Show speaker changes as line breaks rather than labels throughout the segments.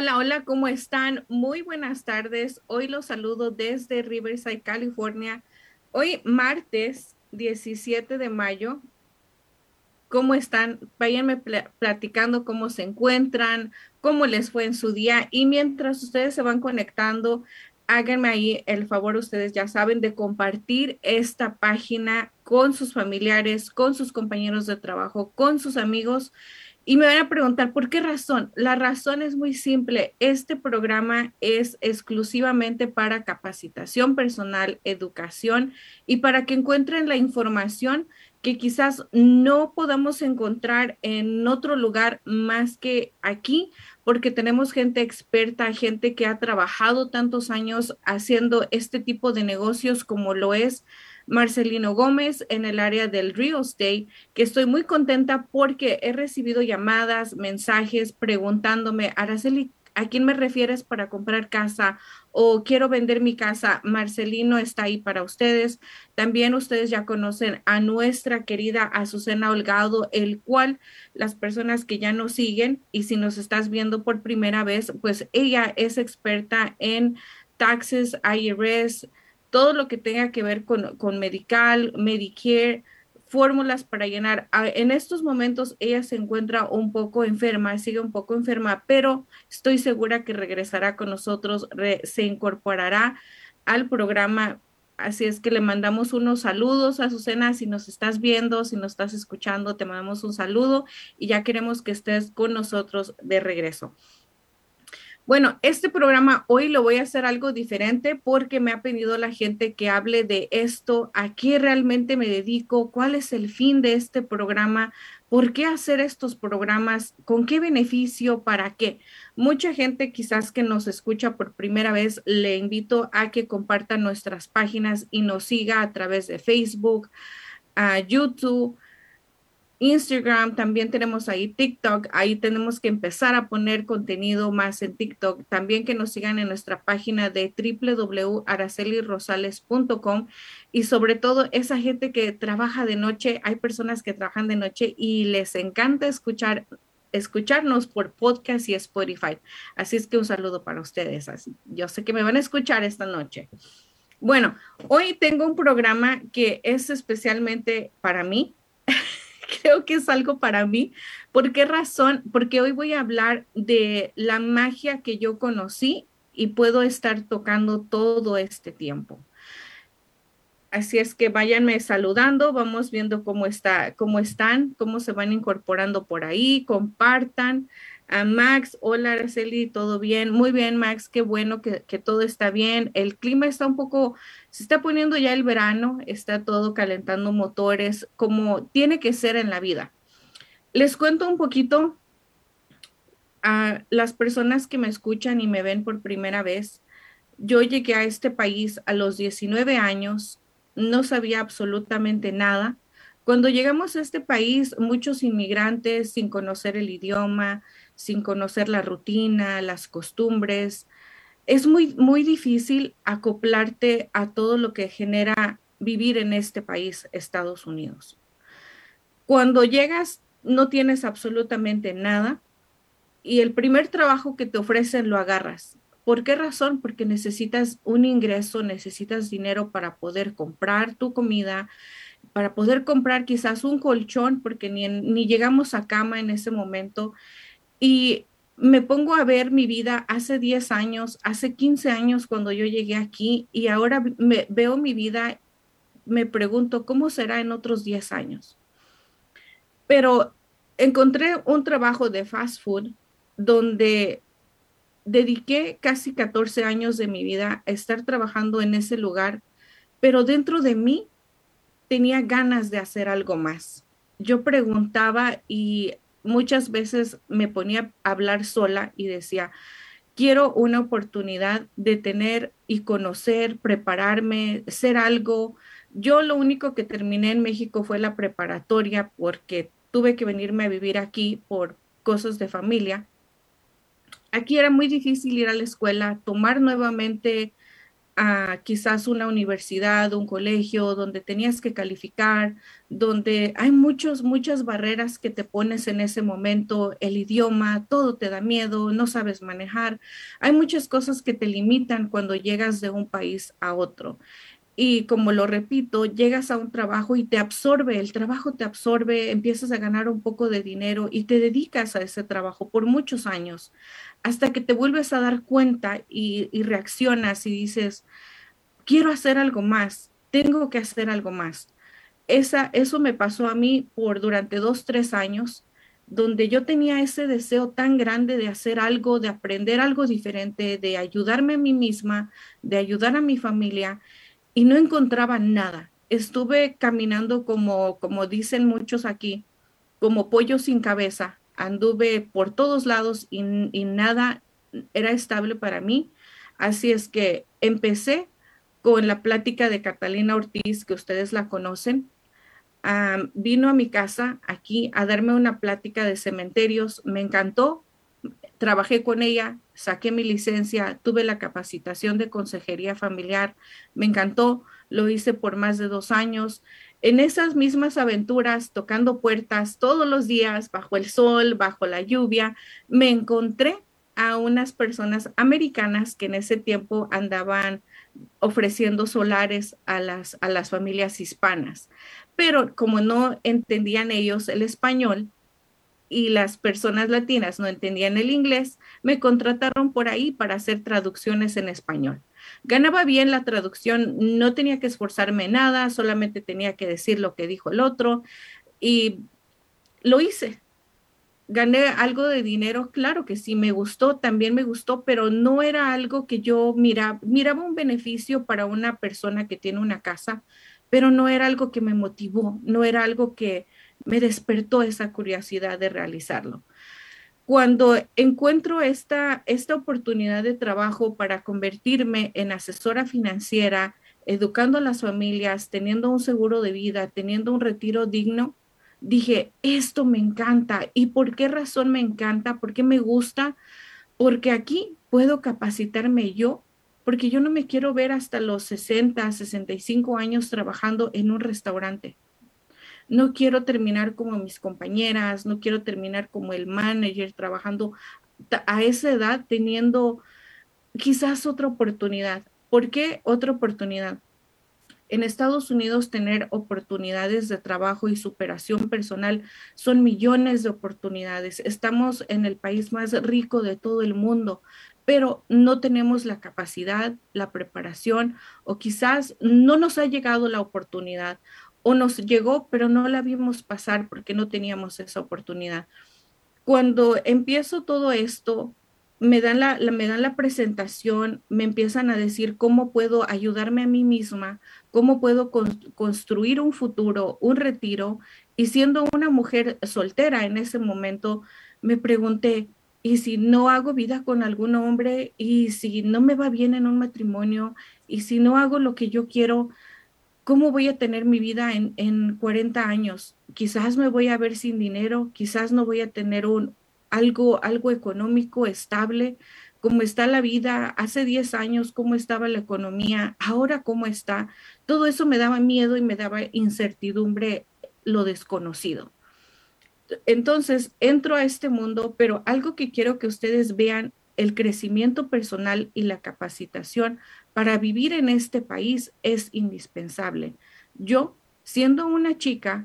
Hola, hola, ¿cómo están? Muy buenas tardes. Hoy los saludo desde Riverside, California. Hoy martes 17 de mayo. ¿Cómo están? Váyanme platicando cómo se encuentran, cómo les fue en su día y mientras ustedes se van conectando, háganme ahí el favor, ustedes ya saben, de compartir esta página con sus familiares, con sus compañeros de trabajo, con sus amigos. Y me van a preguntar, ¿por qué razón? La razón es muy simple. Este programa es exclusivamente para capacitación personal, educación y para que encuentren la información que quizás no podamos encontrar en otro lugar más que aquí, porque tenemos gente experta, gente que ha trabajado tantos años haciendo este tipo de negocios como lo es Marcelino Gómez en el área del real estate, que estoy muy contenta porque he recibido llamadas, mensajes preguntándome, Araceli, ¿a quién me refieres para comprar casa? O quiero vender mi casa. Marcelino está ahí para ustedes. También ustedes ya conocen a nuestra querida Azucena Holgado, el cual las personas que ya nos siguen y si nos estás viendo por primera vez, pues ella es experta en taxes, IRS, todo lo que tenga que ver con medical, Medicare, fórmulas para llenar. En estos momentos ella se encuentra un poco enferma, sigue un poco enferma, pero estoy segura que regresará con nosotros, se incorporará al programa. Así es que le mandamos unos saludos a Azucena, si nos estás viendo, si nos estás escuchando, te mandamos un saludo y ya queremos que estés con nosotros de regreso. Bueno, este programa hoy lo voy a hacer algo diferente porque me ha pedido la gente que hable de esto, a qué realmente me dedico, cuál es el fin de este programa, por qué hacer estos programas, con qué beneficio, para qué. Mucha gente quizás que nos escucha por primera vez, le invito a que compartan nuestras páginas y nos siga a través de Facebook, a YouTube, Instagram, también tenemos ahí TikTok, ahí tenemos que empezar a poner contenido más en TikTok, también que nos sigan en nuestra página de www.aracelirosales.com y sobre todo esa gente que trabaja de noche, hay personas que trabajan de noche y les encanta escucharnos por podcast y Spotify. Así es que un saludo para ustedes. Así, yo sé que me van a escuchar esta noche. Bueno, hoy tengo un programa que es especialmente para mí. Creo que es algo para mí. ¿Por qué razón? Porque hoy voy a hablar de la magia que yo conocí y puedo estar tocando todo este tiempo. Así es que váyanme saludando, vamos viendo cómo está, cómo están, cómo se van incorporando por ahí, compartan. A Max, hola Araceli, ¿todo bien? Muy bien, Max, qué bueno que todo está bien. El clima está un poco, se está poniendo ya el verano, está todo calentando motores, como tiene que ser en la vida. Les cuento un poquito a las personas que me escuchan y me ven por primera vez. Yo llegué a este país a los 19 años, no sabía absolutamente nada. Cuando llegamos a este país, muchos inmigrantes sin conocer el idioma, sin conocer la rutina, las costumbres, es muy difícil acoplarte a todo lo que genera vivir en este país, Estados Unidos. Cuando llegas, no tienes absolutamente nada y el primer trabajo que te ofrecen lo agarras. ¿Por qué razón? Porque necesitas un ingreso, necesitas dinero para poder comprar tu comida, para poder comprar quizás un colchón, porque ni llegamos a cama en ese momento. Y me pongo a ver mi vida hace 10 años, hace 15 años cuando yo llegué aquí y ahora veo mi vida, me pregunto, ¿cómo será en otros 10 años? Pero encontré un trabajo de fast food donde dediqué casi 14 años de mi vida a estar trabajando en ese lugar, pero dentro de mí tenía ganas de hacer algo más. Yo preguntaba y muchas veces me ponía a hablar sola y decía, quiero una oportunidad de tener y conocer, prepararme, ser algo. Yo lo único que terminé en México fue la preparatoria porque tuve que venirme a vivir aquí por cosas de familia. Aquí era muy difícil ir a la escuela, tomar nuevamente. a quizás una universidad, un colegio donde tenías que calificar, donde hay muchas barreras que te pones en ese momento, el idioma, todo te da miedo, no sabes manejar, hay muchas cosas que te limitan cuando llegas de un país a otro. Y como lo repito, llegas a un trabajo y te absorbe, el trabajo te absorbe, empiezas a ganar un poco de dinero y te dedicas a ese trabajo por muchos años, hasta que te vuelves a dar cuenta y reaccionas y dices, quiero hacer algo más, tengo que hacer algo más. Eso me pasó a mí por durante 2, 3 años, donde yo tenía ese deseo tan grande de hacer algo, de aprender algo diferente, de ayudarme a mí misma, de ayudar a mi familia y no encontraba nada. Estuve caminando como dicen muchos aquí, como pollo sin cabeza. Anduve por todos lados y nada era estable para mí. Así es que empecé con la plática de Catalina Ortiz, que ustedes la conocen. Vino a mi casa aquí a darme una plática de cementerios. Me encantó, trabajé con ella, saqué mi licencia, tuve la capacitación de consejería familiar, me encantó, lo hice por más de 2 años. En esas mismas aventuras, tocando puertas todos los días, bajo el sol, bajo la lluvia, me encontré a unas personas americanas que en ese tiempo andaban ofreciendo solares a las familias hispanas. Pero como no entendían ellos el español, y las personas latinas no entendían el inglés, me contrataron por ahí para hacer traducciones en español. Ganaba bien la traducción, no tenía que esforzarme en nada, solamente tenía que decir lo que dijo el otro y lo hice. Gané algo de dinero, claro que sí, me gustó, también me gustó, pero no era algo que yo miraba un beneficio para una persona que tiene una casa, pero no era algo que me motivó, no era algo que me despertó esa curiosidad de realizarlo. Cuando encuentro esta oportunidad de trabajo para convertirme en asesora financiera, educando a las familias, teniendo un seguro de vida, teniendo un retiro digno, dije, esto me encanta. ¿Y por qué razón me encanta? ¿Por qué me gusta? Porque aquí puedo capacitarme yo, porque yo no me quiero ver hasta los 60, 65 años trabajando en un restaurante. No quiero terminar como mis compañeras, no quiero terminar como el manager trabajando a esa edad teniendo quizás otra oportunidad. ¿Por qué otra oportunidad? En Estados Unidos tener oportunidades de trabajo y superación personal son millones de oportunidades. Estamos en el país más rico de todo el mundo, pero no tenemos la capacidad, la preparación o quizás no nos ha llegado la oportunidad o nos llegó, pero no la vimos pasar porque no teníamos esa oportunidad. Cuando empiezo todo esto, me dan la presentación, me empiezan a decir cómo puedo ayudarme a mí misma, cómo puedo construir un futuro, un retiro. Y siendo una mujer soltera en ese momento, me pregunté, ¿y si no hago vida con algún hombre? ¿Y si no me va bien en un matrimonio? ¿Y si no hago lo que yo quiero? ¿Cómo voy a tener mi vida en 40 años? Quizás me voy a ver sin dinero, quizás no voy a tener algo económico estable. ¿Cómo está la vida? Hace 10 años, ¿cómo estaba la economía? Ahora, ¿cómo está? Todo eso me daba miedo y me daba incertidumbre, lo desconocido. Entonces, entro a este mundo, pero algo que quiero que ustedes vean, el crecimiento personal y la capacitación para vivir en este país es indispensable. Yo, siendo una chica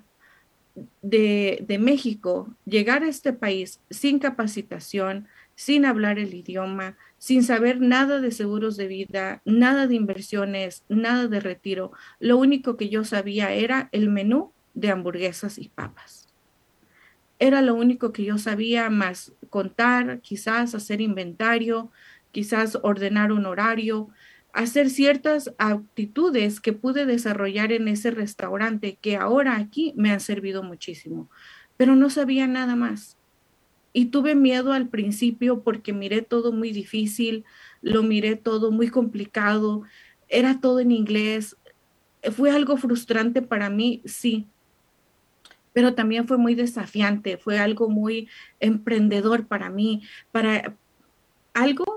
de México, llegar a este país sin capacitación, sin hablar el idioma, sin saber nada de seguros de vida, nada de inversiones, nada de retiro, lo único que yo sabía era el menú de hamburguesas y papas. Era lo único que yo sabía, más contar, quizás hacer inventario, quizás ordenar un horario, hacer ciertas actitudes que pude desarrollar en ese restaurante que ahora aquí me han servido muchísimo, pero no sabía nada más. Y tuve miedo al principio porque miré todo muy difícil, lo miré todo muy complicado, era todo en inglés. Fue algo frustrante para mí, sí, pero también fue muy desafiante, fue algo muy emprendedor para mí, para algo.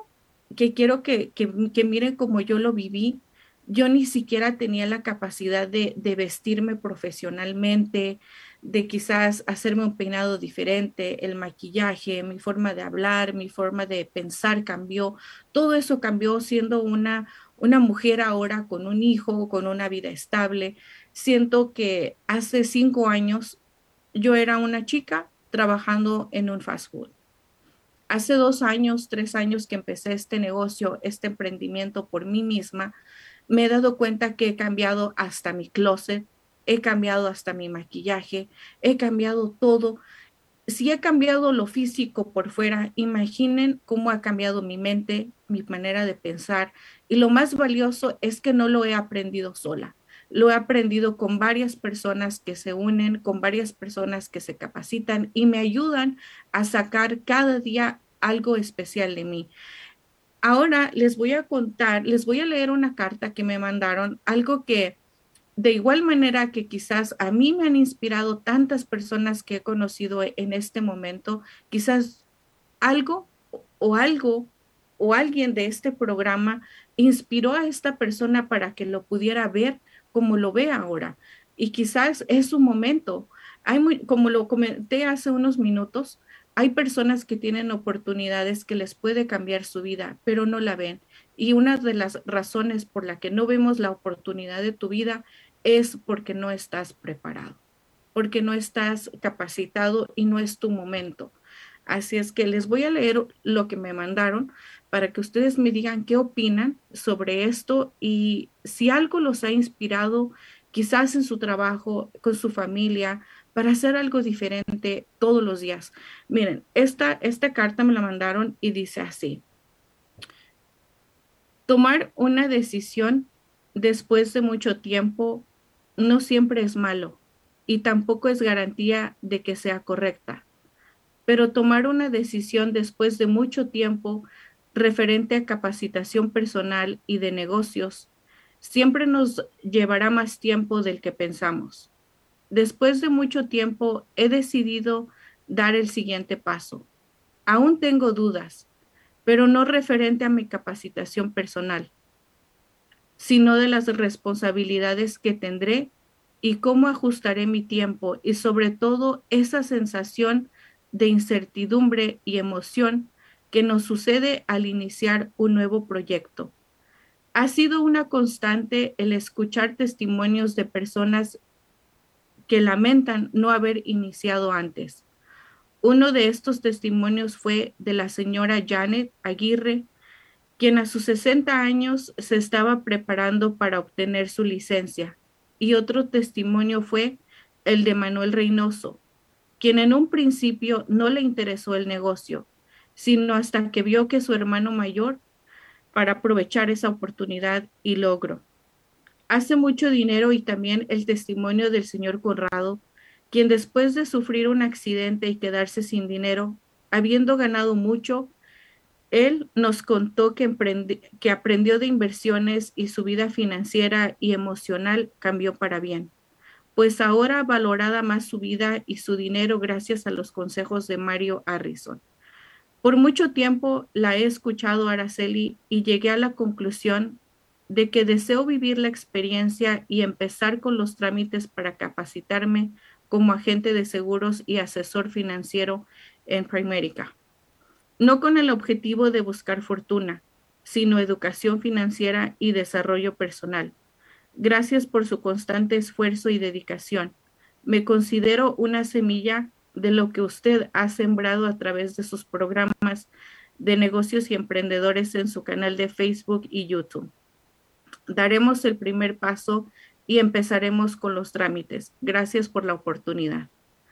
que quiero que miren cómo yo lo viví. Yo ni siquiera tenía la capacidad de vestirme profesionalmente, de quizás hacerme un peinado diferente, el maquillaje, mi forma de hablar, mi forma de pensar cambió. Todo eso cambió siendo una mujer ahora con un hijo, con una vida estable. Siento que hace 5 años yo era una chica trabajando en un fast food. Hace 2 años, 3 años que empecé este negocio, este emprendimiento por mí misma, me he dado cuenta que he cambiado hasta mi closet, he cambiado hasta mi maquillaje, he cambiado todo. Si he cambiado lo físico por fuera, imaginen cómo ha cambiado mi mente, mi manera de pensar. Y lo más valioso es que no lo he aprendido sola. Lo he aprendido con varias personas que se unen, con varias personas que se capacitan y me ayudan a sacar cada día algo especial de mí. Ahora les voy a contar, les voy a leer una carta que me mandaron, algo que de igual manera que quizás a mí me han inspirado tantas personas que he conocido en este momento, quizás algo algo o alguien de este programa inspiró a esta persona para que lo pudiera ver como lo ve ahora. Y quizás es su momento. Como lo comenté hace unos minutos, hay personas que tienen oportunidades que les puede cambiar su vida, pero no la ven. Y una de las razones por la que no vemos la oportunidad de tu vida es porque no estás preparado, porque no estás capacitado y no es tu momento. Así es que les voy a leer lo que me mandaron para que ustedes me digan qué opinan sobre esto y si algo los ha inspirado, quizás en su trabajo, con su familia, para hacer algo diferente todos los días. Miren, esta carta me la mandaron y dice así: tomar una decisión después de mucho tiempo no siempre es malo y tampoco es garantía de que sea correcta, pero tomar una decisión después de mucho tiempo referente a capacitación personal y de negocios siempre nos llevará más tiempo del que pensamos. Después de mucho tiempo he decidido dar el siguiente paso. Aún tengo dudas, pero no referente a mi capacitación personal, sino de las responsabilidades que tendré y cómo ajustaré mi tiempo y sobre todo esa sensación de incertidumbre y emoción que nos sucede al iniciar un nuevo proyecto. Ha sido una constante el escuchar testimonios de personas que lamentan no haber iniciado antes. Uno de estos testimonios fue de la señora Janet Aguirre, quien a sus 60 años se estaba preparando para obtener su licencia. Y otro testimonio fue el de Manuel Reynoso, quien en un principio no le interesó el negocio, sino hasta que vio que su hermano mayor para aprovechar esa oportunidad y logro. Hace mucho dinero y también el testimonio del señor Conrado, quien después de sufrir un accidente y quedarse sin dinero, habiendo ganado mucho, él nos contó que aprendió de inversiones y su vida financiera y emocional cambió para bien, pues ahora valorada más su vida y su dinero gracias a los consejos de Mario Harrison. Por mucho tiempo la he escuchado a Araceli y llegué a la conclusión de que deseo vivir la experiencia y empezar con los trámites para capacitarme como agente de seguros y asesor financiero en Primerica, no con el objetivo de buscar fortuna, sino educación financiera y desarrollo personal. Gracias por su constante esfuerzo y dedicación. Me considero una semilla de lo que usted ha sembrado a través de sus programas de negocios y emprendedores en su canal de Facebook y YouTube. Daremos el primer paso y empezaremos con los trámites. Gracias por la oportunidad.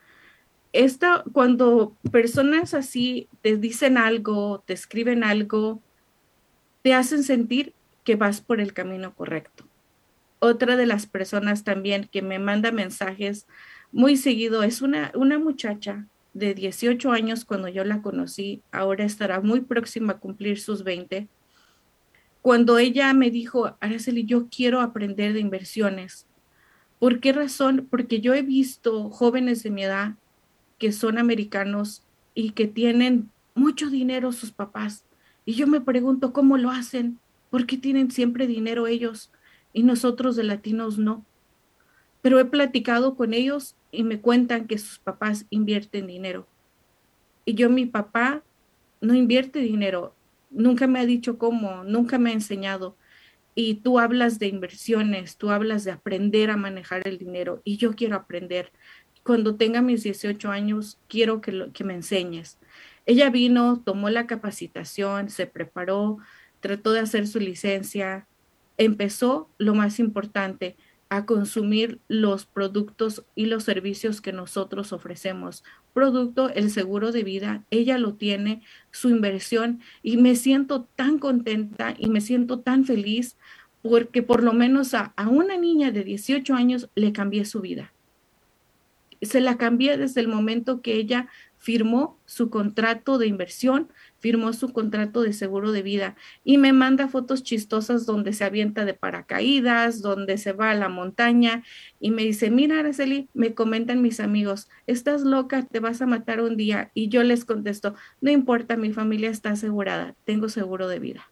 Cuando personas así te dicen algo, te escriben algo, te hacen sentir que vas por el camino correcto. Otra de las personas también que me manda mensajes muy seguido es una muchacha de 18 años cuando yo la conocí, ahora estará muy próxima a cumplir sus 20. Cuando ella me dijo, Araceli, yo quiero aprender de inversiones. ¿Por qué razón? Porque yo he visto jóvenes de mi edad que son americanos y que tienen mucho dinero sus papás Y yo me pregunto cómo lo hacen, por qué tienen siempre dinero ellos y nosotros de latinos no. Pero he platicado con ellos y me cuentan que sus papás invierten dinero. Y yo, mi papá no invierte dinero, nunca me ha dicho cómo, nunca me ha enseñado. Y tú hablas de inversiones, tú hablas de aprender a manejar el dinero y yo quiero aprender. Cuando tenga mis 18 años, quiero que me enseñes. Ella vino, tomó la capacitación, se preparó, trató de hacer su licencia, empezó lo más importante, a consumir los productos y los servicios que nosotros ofrecemos. Producto, el seguro de vida, ella lo tiene, su inversión, y me siento tan contenta y me siento tan feliz porque por lo menos a una niña de 18 años le cambié su vida. Se la cambié desde el momento que ella firmó su contrato de inversión, firmó su contrato de seguro de vida y me manda fotos chistosas donde se avienta de paracaídas, donde se va a la montaña y me dice, mira, Araceli, me comentan mis amigos, estás loca, te vas a matar un día. Y yo les contesto, no importa, mi familia está asegurada, tengo seguro de vida.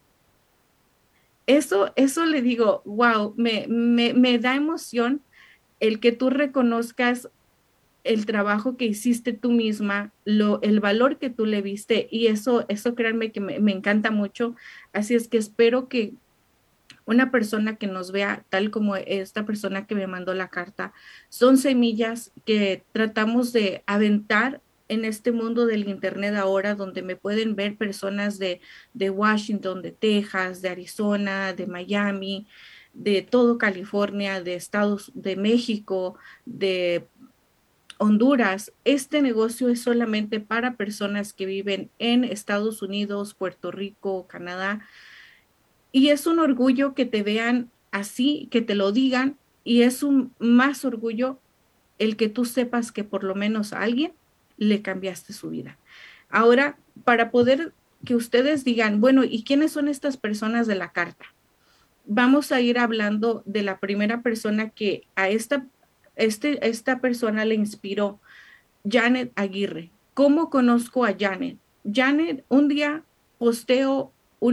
Eso le digo, wow, me da emoción el que tú reconozcas el trabajo que hiciste tú misma, el valor que tú le viste, y eso créanme que me encanta mucho. Así es que espero que una persona que nos vea tal como esta persona que me mandó la carta, son semillas que tratamos de aventar en este mundo del Internet ahora, donde me pueden ver personas de Washington, de Texas, de Arizona, de Miami, de todo California, de Estados, de México, de Honduras. Este negocio es solamente para personas que viven en Estados Unidos, Puerto Rico, Canadá. Y es un orgullo que te vean así, que te lo digan. Y es un más orgullo el que tú sepas que por lo menos a alguien le cambiaste su vida. Ahora, para poder que ustedes digan, bueno, ¿y quiénes son estas personas de la carta? Vamos a ir hablando de la primera persona que a esta persona le inspiró, Janet Aguirre. ¿Cómo conozco a Janet? Janet, un día posteo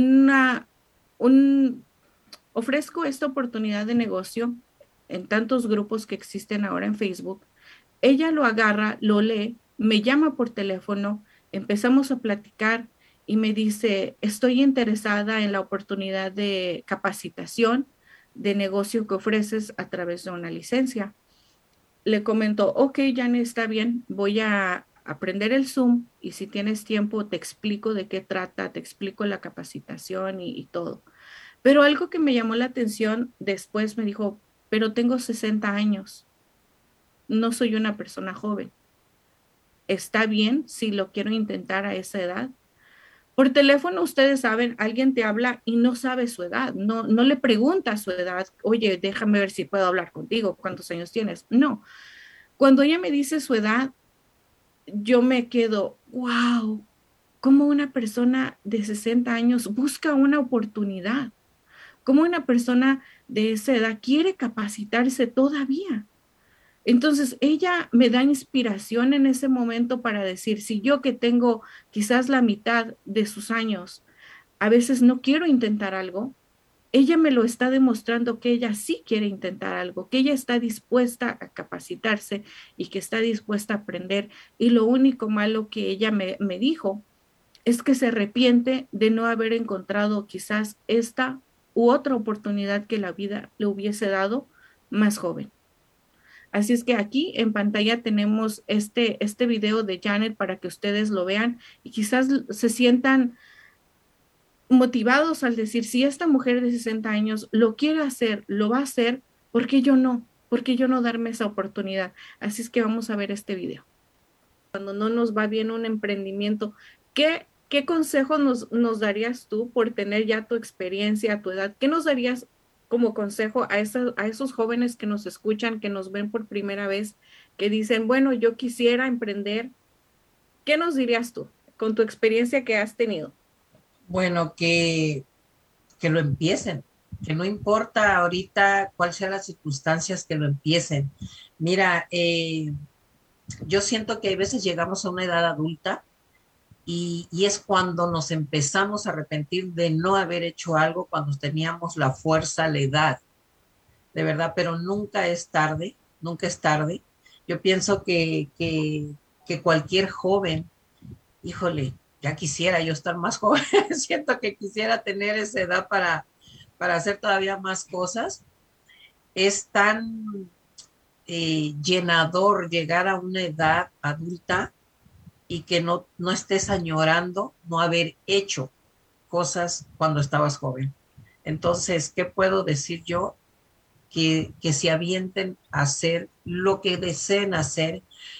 un, ofrezco esta oportunidad de negocio en tantos grupos que existen ahora en Facebook. Ella lo agarra, lo lee, me llama por teléfono, empezamos a platicar y me dice, estoy interesada en la oportunidad de capacitación de negocio que ofreces a través de una licencia. Le comento, ok, Janet, está bien, voy a aprender el Zoom y si tienes tiempo te explico de qué trata, te explico la capacitación y todo. Pero algo que me llamó la atención después me dijo, pero tengo 60 años, no soy una persona joven. ¿Está bien si lo quiero intentar a esa edad? Por teléfono, ustedes saben, alguien te habla y no sabe su edad, no le pregunta su edad, oye, déjame ver si puedo hablar contigo, ¿cuántos años tienes? No, cuando ella me dice su edad, yo me quedo, wow, cómo una persona de 60 años busca una oportunidad, cómo una persona de esa edad quiere capacitarse todavía. Entonces, ella me da inspiración en ese momento para decir, si yo que tengo quizás la mitad de sus años, a veces no quiero intentar algo, ella me lo está demostrando que ella sí quiere intentar algo, que ella está dispuesta a capacitarse y que está dispuesta a aprender. Y lo único malo que ella me dijo es que se arrepiente de no haber encontrado quizás esta u otra oportunidad que la vida le hubiese dado más joven. Así es que aquí en pantalla tenemos este video de Janet para que ustedes lo vean y quizás se sientan motivados al decir, si esta mujer de 60 años lo quiere hacer, lo va a hacer, ¿por qué yo no? ¿Por qué yo no darme esa oportunidad? Así es que vamos a ver este video. Cuando no nos va bien un emprendimiento, ¿qué consejo nos darías tú por tener ya tu experiencia, tu edad? ¿Qué nos darías como consejo a esos jóvenes que nos escuchan, que nos ven por primera vez, que dicen, bueno, yo quisiera emprender? ¿Qué nos dirías tú con tu experiencia que has tenido?
Bueno, que lo empiecen, que no importa ahorita cuáles sean las circunstancias, que lo empiecen. Mira, yo siento que a veces llegamos a una edad adulta y es cuando nos empezamos a arrepentir de no haber hecho algo cuando teníamos la fuerza, la edad, de verdad, pero nunca es tarde, nunca es tarde. Yo pienso que cualquier joven, híjole, ya quisiera yo estar más joven, siento que quisiera tener esa edad para hacer todavía más cosas. Es tan llenador llegar a una edad adulta y que no estés añorando no haber hecho cosas cuando estabas joven. Entonces, ¿qué puedo decir yo? Que se avienten a hacer lo que deseen hacer,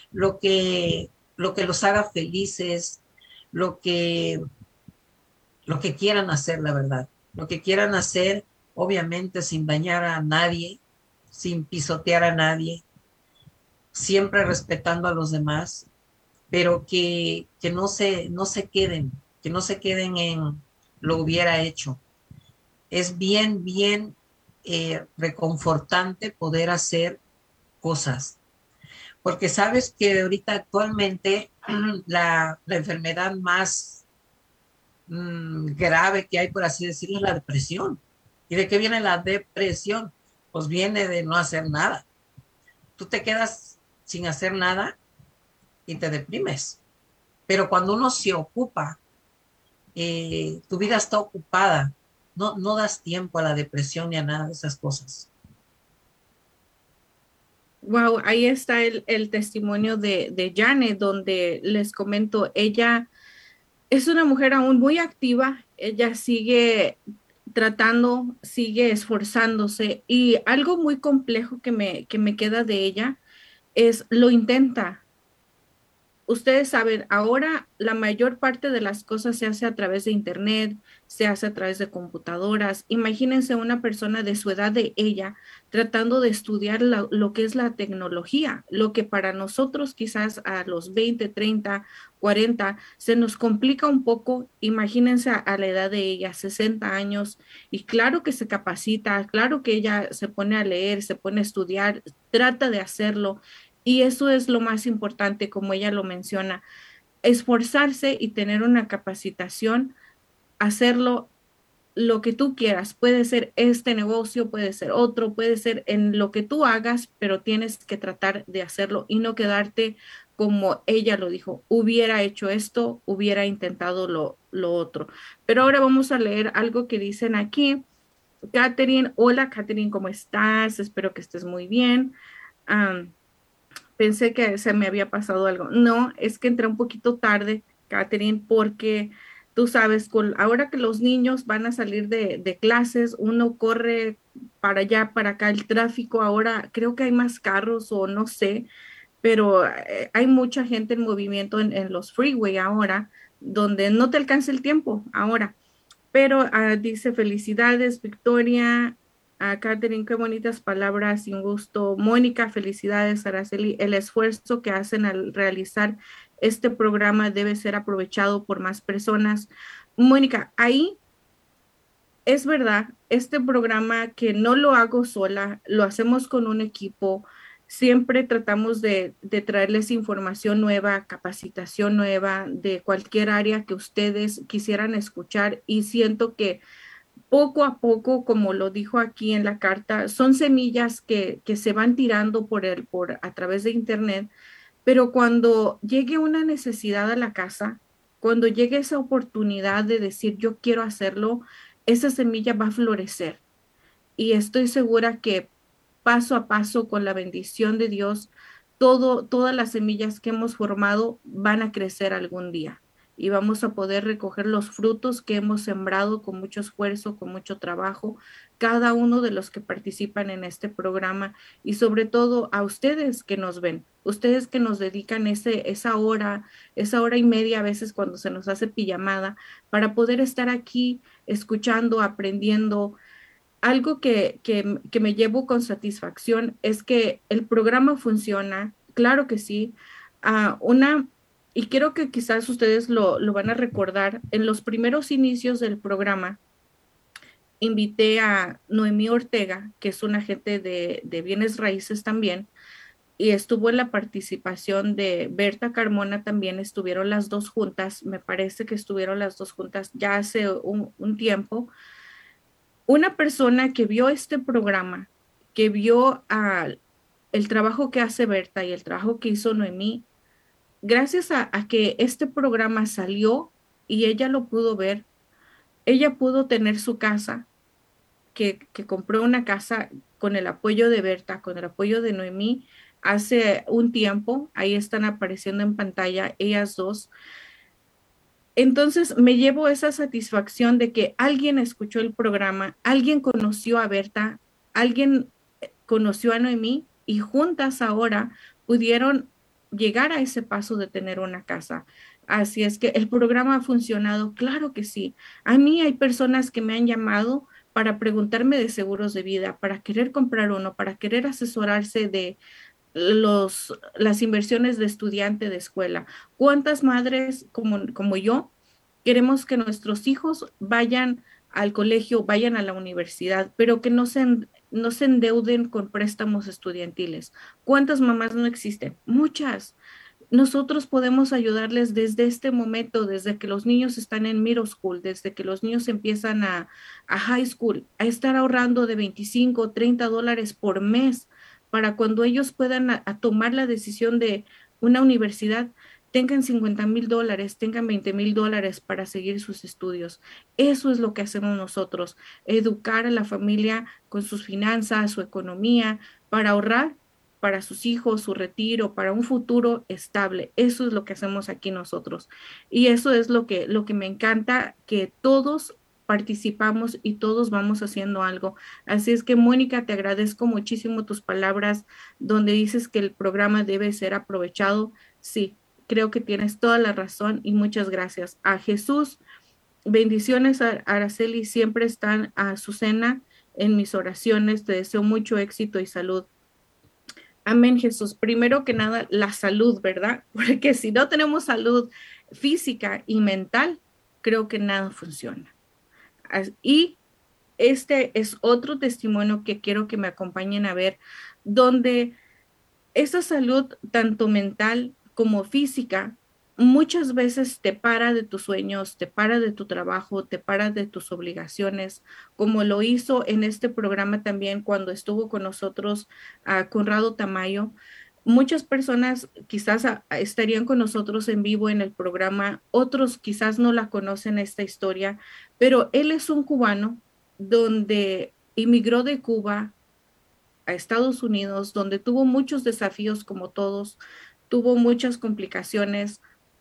lo que los haga felices, lo que, lo que quieran hacer, la verdad. Lo que quieran hacer, obviamente, sin dañar a nadie, sin pisotear a nadie, siempre respetando a los demás, pero que no se queden, que no se queden en lo hubiera hecho. Es bien, bien reconfortante poder hacer cosas, porque sabes que ahorita actualmente la enfermedad más grave que hay, por así decirlo, es la depresión. ¿Y de qué viene la depresión? Pues viene de no hacer nada. Tú te quedas sin hacer nada y te deprimes. Pero cuando uno se ocupa, tu vida está ocupada, no das tiempo a la depresión ni a nada de esas cosas.
Wow, ahí está el testimonio de Janet, donde les comento, ella es una mujer aún muy activa, ella sigue tratando, sigue esforzándose y algo muy complejo que me queda de ella es lo intenta. Ustedes saben, ahora la mayor parte de las cosas se hace a través de internet, se hace a través de computadoras. Imagínense una persona de su edad de ella tratando de estudiar lo que es la tecnología, lo que para nosotros quizás a los 20, 30, 40 se nos complica un poco. Imagínense a la edad de ella, 60 años, y claro que se capacita, claro que ella se pone a leer, se pone a estudiar, trata de hacerlo y eso es lo más importante, como ella lo menciona, esforzarse y tener una capacitación, hacerlo lo que tú quieras. Puede ser este negocio, puede ser otro, puede ser en lo que tú hagas, pero tienes que tratar de hacerlo y no quedarte como ella lo dijo, hubiera hecho esto, hubiera intentado lo otro. Pero ahora vamos a leer algo que dicen aquí. Catherine, hola Catherine, ¿cómo estás? Espero que estés muy bien. Um, Pensé que se me había pasado algo. No, es que entré un poquito tarde, Catherine, porque tú sabes, ahora que los niños van a salir de clases, uno corre para allá, para acá, el tráfico ahora, creo que hay más carros o no sé, pero hay mucha gente en movimiento en los freeway ahora, donde no te alcanza el tiempo ahora. Pero dice felicidades, Victoria. Catherine, qué bonitas palabras y un gusto. Mónica, felicidades, Araceli. El esfuerzo que hacen al realizar este programa debe ser aprovechado por más personas. Mónica, ahí es verdad, este programa que no lo hago sola, lo hacemos con un equipo. Siempre tratamos de traerles información nueva, capacitación nueva de cualquier área que ustedes quisieran escuchar y siento que poco a poco, como lo dijo aquí en la carta, son semillas que se van tirando a través de internet, pero cuando llegue una necesidad a la casa, cuando llegue esa oportunidad de decir yo quiero hacerlo, esa semilla va a florecer. Y estoy segura que paso a paso, con la bendición de Dios, todas las semillas que hemos formado van a crecer algún día y vamos a poder recoger los frutos que hemos sembrado con mucho esfuerzo, con mucho trabajo, cada uno de los que participan en este programa y sobre todo a ustedes que nos ven, ustedes que nos dedican esa hora y media a veces cuando se nos hace pijamada para poder estar aquí escuchando, aprendiendo. Algo que me llevo con satisfacción es que el programa funciona, claro que sí. Y creo que quizás ustedes lo van a recordar, en los primeros inicios del programa, invité a Noemí Ortega, que es una agente de bienes raíces también, y estuvo en la participación de Berta Carmona, también estuvieron las dos juntas, me parece que estuvieron las dos juntas ya hace un tiempo. Una persona que vio este programa, que vio el trabajo que hace Berta y el trabajo que hizo Noemí, gracias a que este programa salió y ella lo pudo ver, ella pudo tener su casa, que compró una casa con el apoyo de Berta, con el apoyo de Noemí, hace un tiempo. Ahí están apareciendo en pantalla ellas dos. Entonces me llevo esa satisfacción de que alguien escuchó el programa, alguien conoció a Berta, alguien conoció a Noemí y juntas ahora pudieron llegar a ese paso de tener una casa. Así es que el programa ha funcionado, claro que sí. A mí hay personas que me han llamado para preguntarme de seguros de vida, para querer comprar uno, para querer asesorarse de las inversiones de estudiante de escuela. ¿Cuántas madres como yo queremos que nuestros hijos vayan al colegio, vayan a la universidad, pero que no se endeuden con préstamos estudiantiles? ¿Cuántas mamás no existen? Muchas. Nosotros podemos ayudarles desde este momento, desde que los niños están en middle school, desde que los niños empiezan a high school, a estar ahorrando de 25, $30 por mes para cuando ellos puedan a tomar la decisión de una universidad, tengan $50,000, tengan $20,000 para seguir sus estudios. Eso es lo que hacemos nosotros, educar a la familia con sus finanzas, su economía, para ahorrar para sus hijos, su retiro, para un futuro estable. Eso es lo que hacemos aquí nosotros. Y eso es lo que me encanta, que todos participamos y todos vamos haciendo algo. Así es que, Mónica, te agradezco muchísimo tus palabras donde dices que el programa debe ser aprovechado. Sí, creo que tienes toda la razón y muchas gracias. A Jesús, bendiciones a Araceli, siempre están a su cena en mis oraciones. Te deseo mucho éxito y salud. Amén, Jesús. Primero que nada, la salud, ¿verdad? Porque si no tenemos salud física y mental, creo que nada funciona. Y este es otro testimonio que quiero que me acompañen a ver, donde esa salud, tanto mental como física, muchas veces te para de tus sueños, te para de tu trabajo, te para de tus obligaciones, como lo hizo en este programa también cuando estuvo con nosotros Conrado Tamayo. Muchas personas quizás estarían con nosotros en vivo en el programa, otros quizás no la conocen esta historia, pero él es un cubano donde inmigró de Cuba a Estados Unidos, donde tuvo muchos desafíos como todos, tuvo muchas complicaciones.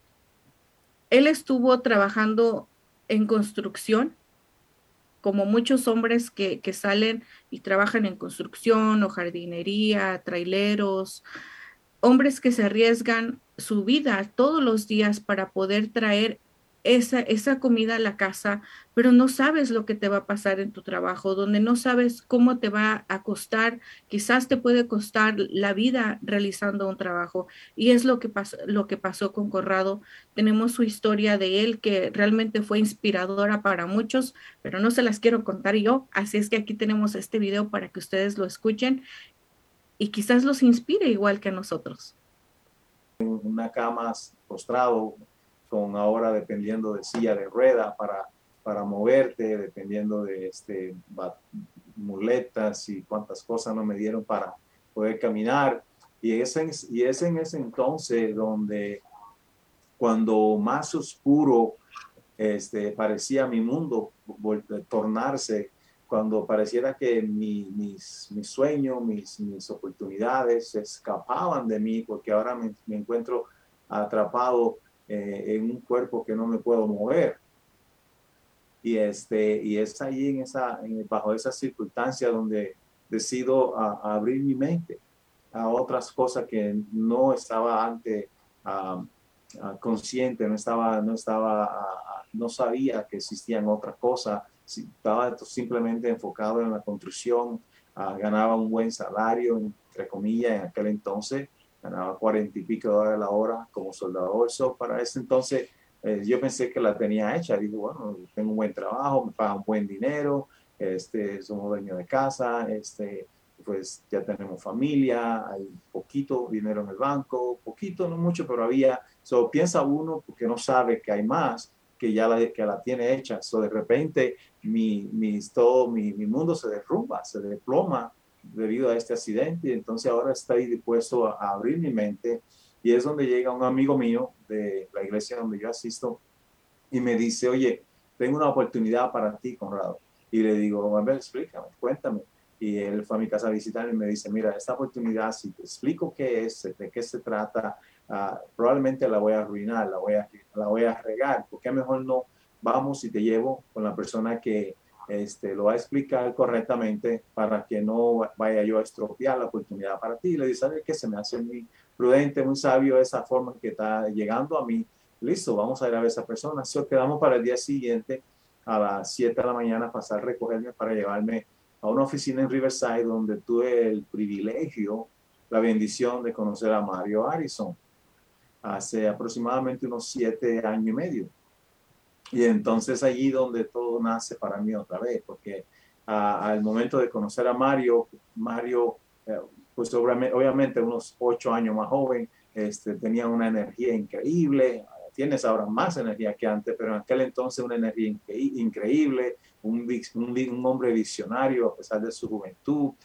Él estuvo trabajando en construcción, como muchos hombres que salen y trabajan en construcción o jardinería, traileros, hombres que se arriesgan su vida todos los días para poder traer esa comida a la casa, pero no sabes lo que te va a pasar en tu trabajo, donde no sabes cómo te va a costar, quizás te puede costar la vida realizando un trabajo. Y es lo que pasó con Corrado. Tenemos su historia de él que realmente fue inspiradora para muchos, pero no se las quiero contar yo. Así es que aquí tenemos este video para que ustedes lo escuchen y quizás los inspire igual que a nosotros.
Una cama postrado, con ahora dependiendo de silla de rueda para moverte, dependiendo de muletas y cuántas cosas no me dieron para poder caminar. Y es en ese entonces donde, cuando más oscuro parecía mi mundo tornarse, cuando pareciera que mis sueños, mis oportunidades se escapaban de mí, porque ahora me encuentro atrapado en un cuerpo que no me puedo mover. Y es ahí bajo esa circunstancia donde decido abrir mi mente a otras cosas que no estaba antes consciente, no sabía que existían otras cosas. Estaba simplemente enfocado en la construcción. Ganaba un buen salario, entre comillas, en aquel entonces ganaba 40 y pico dólares la hora como soldador. Para ese entonces yo pensé que la tenía hecha. Digo, bueno, tengo un buen trabajo, me pagan buen dinero, somos dueños de casa, pues ya tenemos familia, hay poquito dinero en el banco, poquito, no mucho, pero había. So, piensa uno porque no sabe que hay más, que la tiene hecha. So, de repente todo mi mundo se derrumba, se desploma debido a este accidente, y entonces ahora estoy dispuesto a abrir mi mente, y es donde llega un amigo mío de la iglesia donde yo asisto y me dice, oye, tengo una oportunidad para ti, Conrado. Y le digo, a ver, explícame, cuéntame. Y él fue a mi casa a visitar y me dice, mira, esta oportunidad, si te explico qué es, de qué se trata, probablemente la voy a arruinar, la voy a regar. ¿Por qué mejor no vamos y te llevo con la persona que lo va a explicar correctamente, para que no vaya yo a estropear la oportunidad para ti? Y le dice, ¿sabes qué? Se me hace muy prudente, muy sabio esa forma que está llegando a mí. Listo, vamos a ir a ver a esa persona. So, quedamos para el día siguiente a las 7 de la mañana, pasar a recogerme para llevarme a una oficina en Riverside, donde tuve el privilegio, la bendición de conocer a Mario Harrison hace aproximadamente unos 7 años y medio. Y entonces allí donde todo nace para mí otra vez, porque al momento de conocer a Mario, pues obviamente unos 8 años más joven, tenía una energía increíble. Tienes ahora más energía que antes, pero en aquel entonces una energía increíble, un hombre visionario a pesar de su juventud,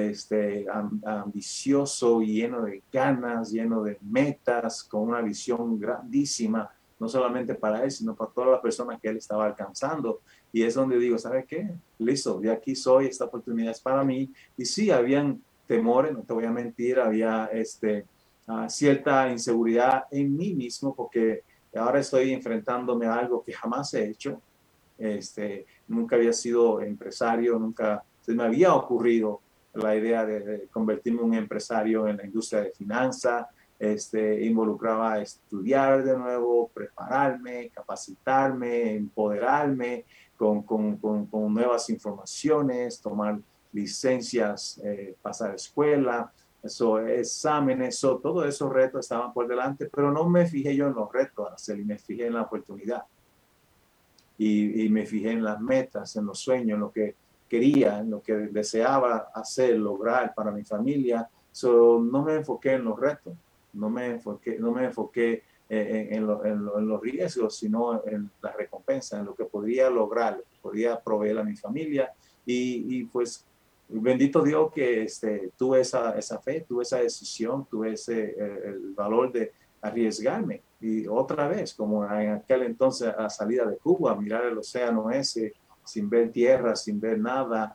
ambicioso, lleno de ganas, lleno de metas, con una visión grandísima, no solamente para él, sino para todas las personas que él estaba alcanzando. Y es donde digo, ¿sabe qué? Listo, de aquí soy, esta oportunidad es para mí. Y sí, habían temores, no te voy a mentir, había cierta inseguridad en mí mismo, porque ahora estoy enfrentándome a algo que jamás he hecho. Nunca había sido empresario, nunca se me había ocurrido la idea de convertirme en un empresario en la industria de finanzas. Involucraba a estudiar de nuevo, prepararme, capacitarme, empoderarme con nuevas informaciones, tomar licencias, pasar escuela, exámenes, todos esos retos estaban por delante, pero no me fijé yo en los retos, Araceli, me fijé en la oportunidad, y me fijé en las metas, en los sueños, en lo que quería, en lo que deseaba hacer, lograr para mi familia. No me enfoqué en los retos, no me enfoqué en los riesgos, sino en la recompensa, en lo que podría lograr, lo que podría proveer a mi familia. Y pues bendito Dios que tuve esa fe, tuve esa decisión, tuve el valor de arriesgarme. Y otra vez, como en aquel entonces, a la salida de Cuba, mirar el océano ese, sin ver tierra, sin ver nada,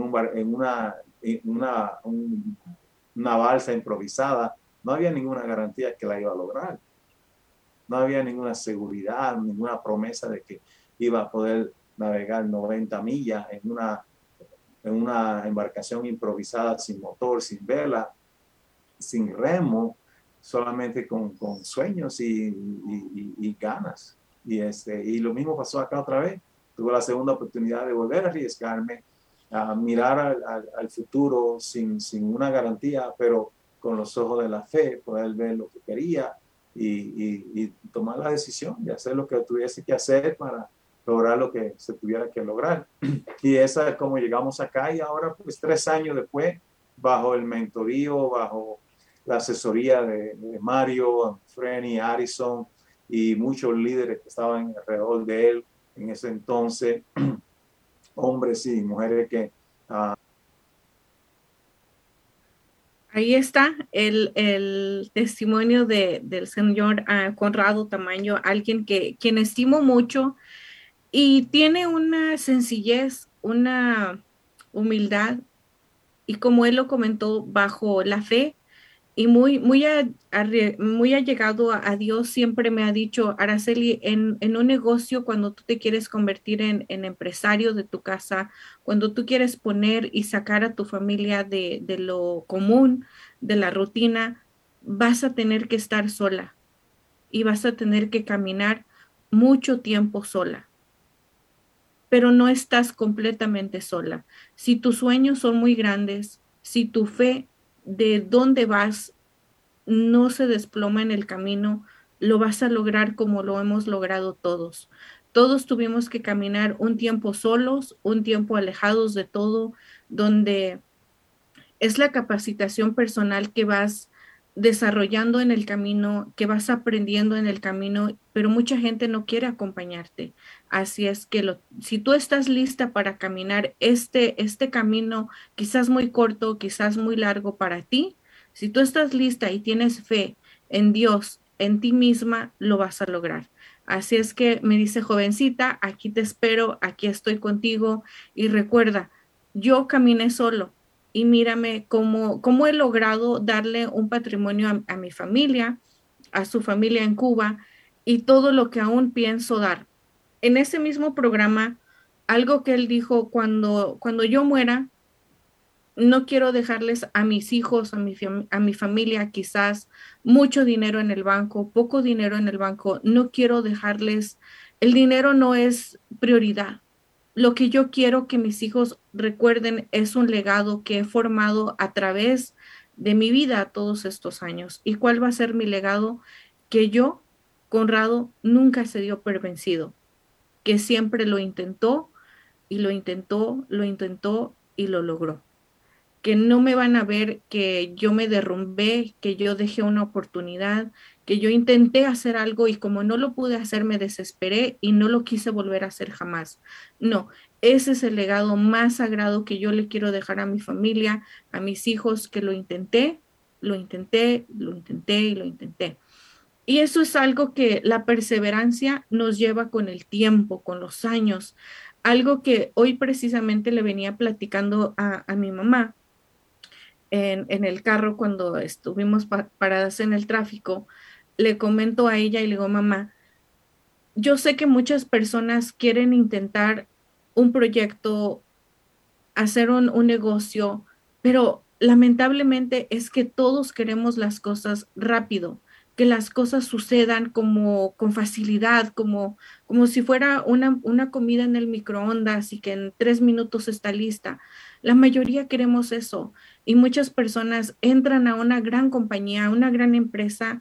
en una balsa improvisada. No había ninguna garantía que la iba a lograr. No había ninguna seguridad, ninguna promesa de que iba a poder navegar 90 millas en una embarcación improvisada, sin motor, sin vela, sin remo, solamente con sueños y ganas. Y lo mismo pasó acá otra vez. Tuve la segunda oportunidad de volver a arriesgarme, a mirar al futuro sin una garantía, pero con los ojos de la fe, poder ver lo que quería, y tomar la decisión de hacer lo que tuviese que hacer para lograr lo que se tuviera que lograr. Y esa es como llegamos acá, y ahora pues 3 años después, bajo el mentorío, bajo la asesoría de Mario, Frenny, Harrison y muchos líderes que estaban alrededor de él en ese entonces, hombres y mujeres que...
Ahí está el testimonio del señor Conrado Tamayo, alguien quien estimo mucho, y tiene una sencillez, una humildad, y como él lo comentó, bajo la fe, y muy allegado a Dios. Siempre me ha dicho, Araceli, en un negocio, cuando tú te quieres convertir en empresario de tu casa, cuando tú quieres poner y sacar a tu familia de lo común, de la rutina, vas a tener que estar sola y vas a tener que caminar mucho tiempo sola, pero no estás completamente sola. Si tus sueños son muy grandes, si tu fe de dónde vas no se desploma en el camino, lo vas a lograr como lo hemos logrado todos. Todos tuvimos que caminar un tiempo solos, un tiempo alejados de todo, donde es la capacitación personal que vas desarrollando en el camino, que vas aprendiendo en el camino, pero mucha gente no quiere acompañarte. Así es que si tú estás lista para caminar este camino, quizás muy corto, quizás muy largo para ti, si tú estás lista y tienes fe en Dios, en ti misma, lo vas a lograr. Así es que me dice, jovencita, aquí te espero, aquí estoy contigo y recuerda, yo caminé solo y mírame cómo he logrado darle un patrimonio a mi familia, a su familia en Cuba y todo lo que aún pienso dar. En ese mismo programa, algo que él dijo, cuando yo muera, no quiero dejarles a mis hijos, a mi familia, quizás mucho dinero en el banco, poco dinero en el banco. No quiero dejarles, el dinero no es prioridad. Lo que yo quiero que mis hijos recuerden es un legado que he formado a través de mi vida todos estos años. ¿Y cuál va a ser mi legado? Que yo, Conrado, nunca se dio por vencido, que siempre lo intentó y lo intentó, lo intentó y lo logró, que no me van a ver que yo me derrumbé, que yo dejé una oportunidad, que yo intenté hacer algo y como no lo pude hacer me desesperé y no lo quise volver a hacer jamás. No, ese es el legado más sagrado que yo le quiero dejar a mi familia, a mis hijos, que lo intenté, lo intenté, lo intenté y lo intenté. Y eso es algo que la perseverancia nos lleva con el tiempo, con los años. Algo que hoy precisamente le venía platicando a mi mamá en el carro cuando estuvimos paradas en el tráfico, le comento a ella y le digo, mamá, yo sé que muchas personas quieren intentar un proyecto, hacer un negocio, pero lamentablemente es que todos queremos las cosas rápido, que las cosas sucedan como con facilidad, como si fuera una comida en el microondas y que en 3 minutos está lista. La mayoría queremos eso y muchas personas entran a una gran compañía, a una gran empresa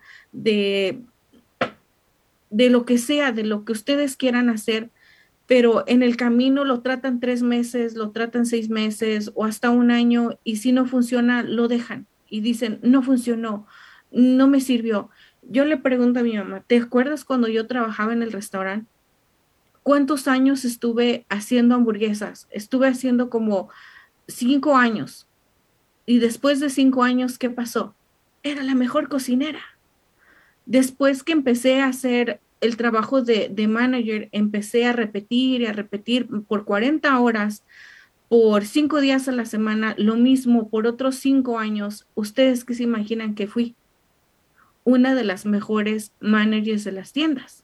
de lo que sea, de lo que ustedes quieran hacer, pero en el camino lo tratan 3 meses, lo tratan 6 meses o hasta un año y si no funciona, lo dejan y dicen, no funcionó, no me sirvió. Yo le pregunto a mi mamá, ¿te acuerdas cuando yo trabajaba en el restaurante? ¿Cuántos años estuve haciendo hamburguesas? Estuve haciendo como 5 años y después de 5 años, ¿qué pasó? Era la mejor cocinera. Después que empecé a hacer el trabajo de manager, empecé a repetir por 40 horas, por 5 días a la semana, lo mismo por otros 5 años. ¿Ustedes qué se imaginan que fui? Una de las mejores managers de las tiendas.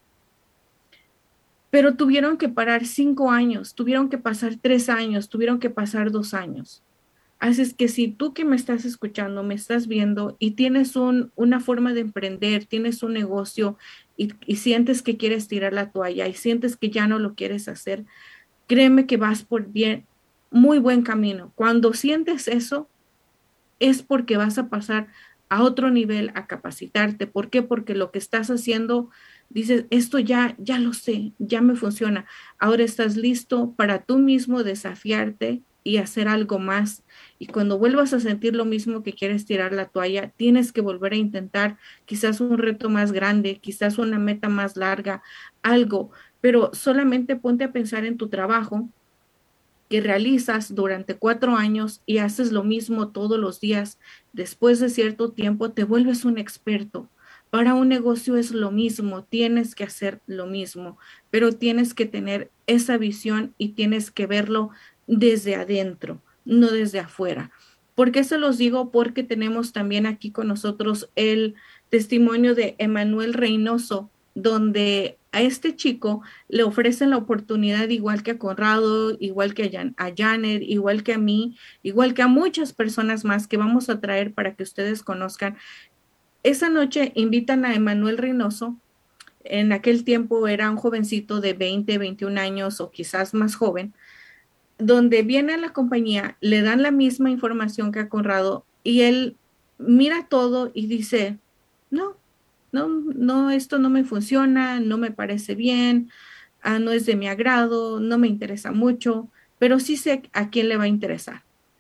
Pero tuvieron que parar 5 años, tuvieron que pasar 3 años, tuvieron que pasar 2 años. Así es que si tú que me estás escuchando, me estás viendo y tienes una forma de emprender, tienes un negocio y sientes que quieres tirar la toalla y sientes que ya no lo quieres hacer, créeme que vas por bien, muy buen camino. Cuando sientes eso, es porque vas a pasar a otro nivel, a capacitarte. ¿Por qué? Porque lo que estás haciendo, dices, esto ya lo sé, ya me funciona. Ahora estás listo para tú mismo desafiarte y hacer algo más. Y cuando vuelvas a sentir lo mismo que quieres tirar la toalla, tienes que volver a intentar quizás un reto más grande, quizás una meta más larga, algo, pero solamente ponte a pensar en tu trabajo que realizas durante 4 años y haces lo mismo todos los días, después de cierto tiempo te vuelves un experto. Para un negocio es lo mismo, tienes que hacer lo mismo, pero tienes que tener esa visión y tienes que verlo desde adentro, no desde afuera. ¿Por qué se los digo? Porque tenemos también aquí con nosotros el testimonio de Emanuel Reynoso, donde a este chico le ofrecen la oportunidad igual que a Conrado, igual que a Janet, igual que a mí, igual que a muchas personas más que vamos a traer para que ustedes conozcan. Esa noche invitan a Emanuel Reynoso. En aquel tiempo era un jovencito de 20, 21 años o quizás más joven, donde viene a la compañía, le dan la misma información que a Conrado y él mira todo y dice, no, no, esto no me funciona, no me parece bien, no es de mi agrado, no me interesa mucho, pero sí sé a quién le va a interesar.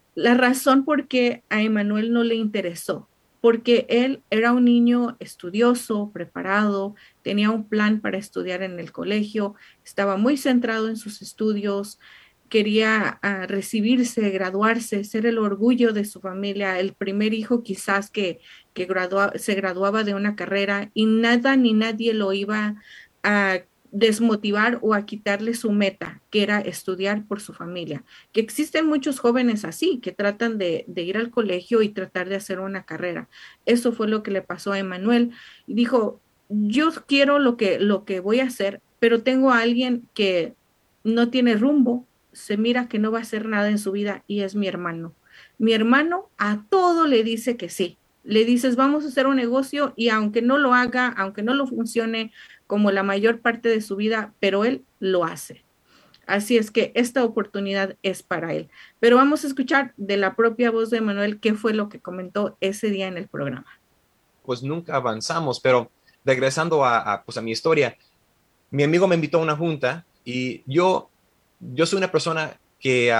La razón por qué a Emanuel no le interesó, porque él era un niño estudioso, preparado, tenía un plan para estudiar en el colegio, estaba muy centrado en sus estudios, quería recibirse, graduarse, ser el orgullo de su familia, el primer hijo quizás que se graduaba de una carrera y nada ni nadie lo iba a desmotivar o a quitarle su meta, que era estudiar por su familia. Que existen muchos jóvenes así, que tratan de ir al colegio y tratar de hacer una carrera. Eso fue lo que le pasó a Emanuel. Y dijo, yo quiero lo que voy a hacer, pero tengo a alguien que no tiene rumbo, se mira que no va a hacer nada en su vida y es mi hermano. Mi hermano a todo le dice que sí. Le dices, vamos a hacer un negocio y aunque no lo haga, aunque no lo funcione como la mayor parte de su vida, pero él lo hace. Así es que esta oportunidad es para él. Pero vamos a escuchar de la propia voz de Manuel qué fue lo que comentó ese día en el programa.
Pues nunca avanzamos, pero regresando pues a mi historia, mi amigo me invitó a una junta y yo soy una persona que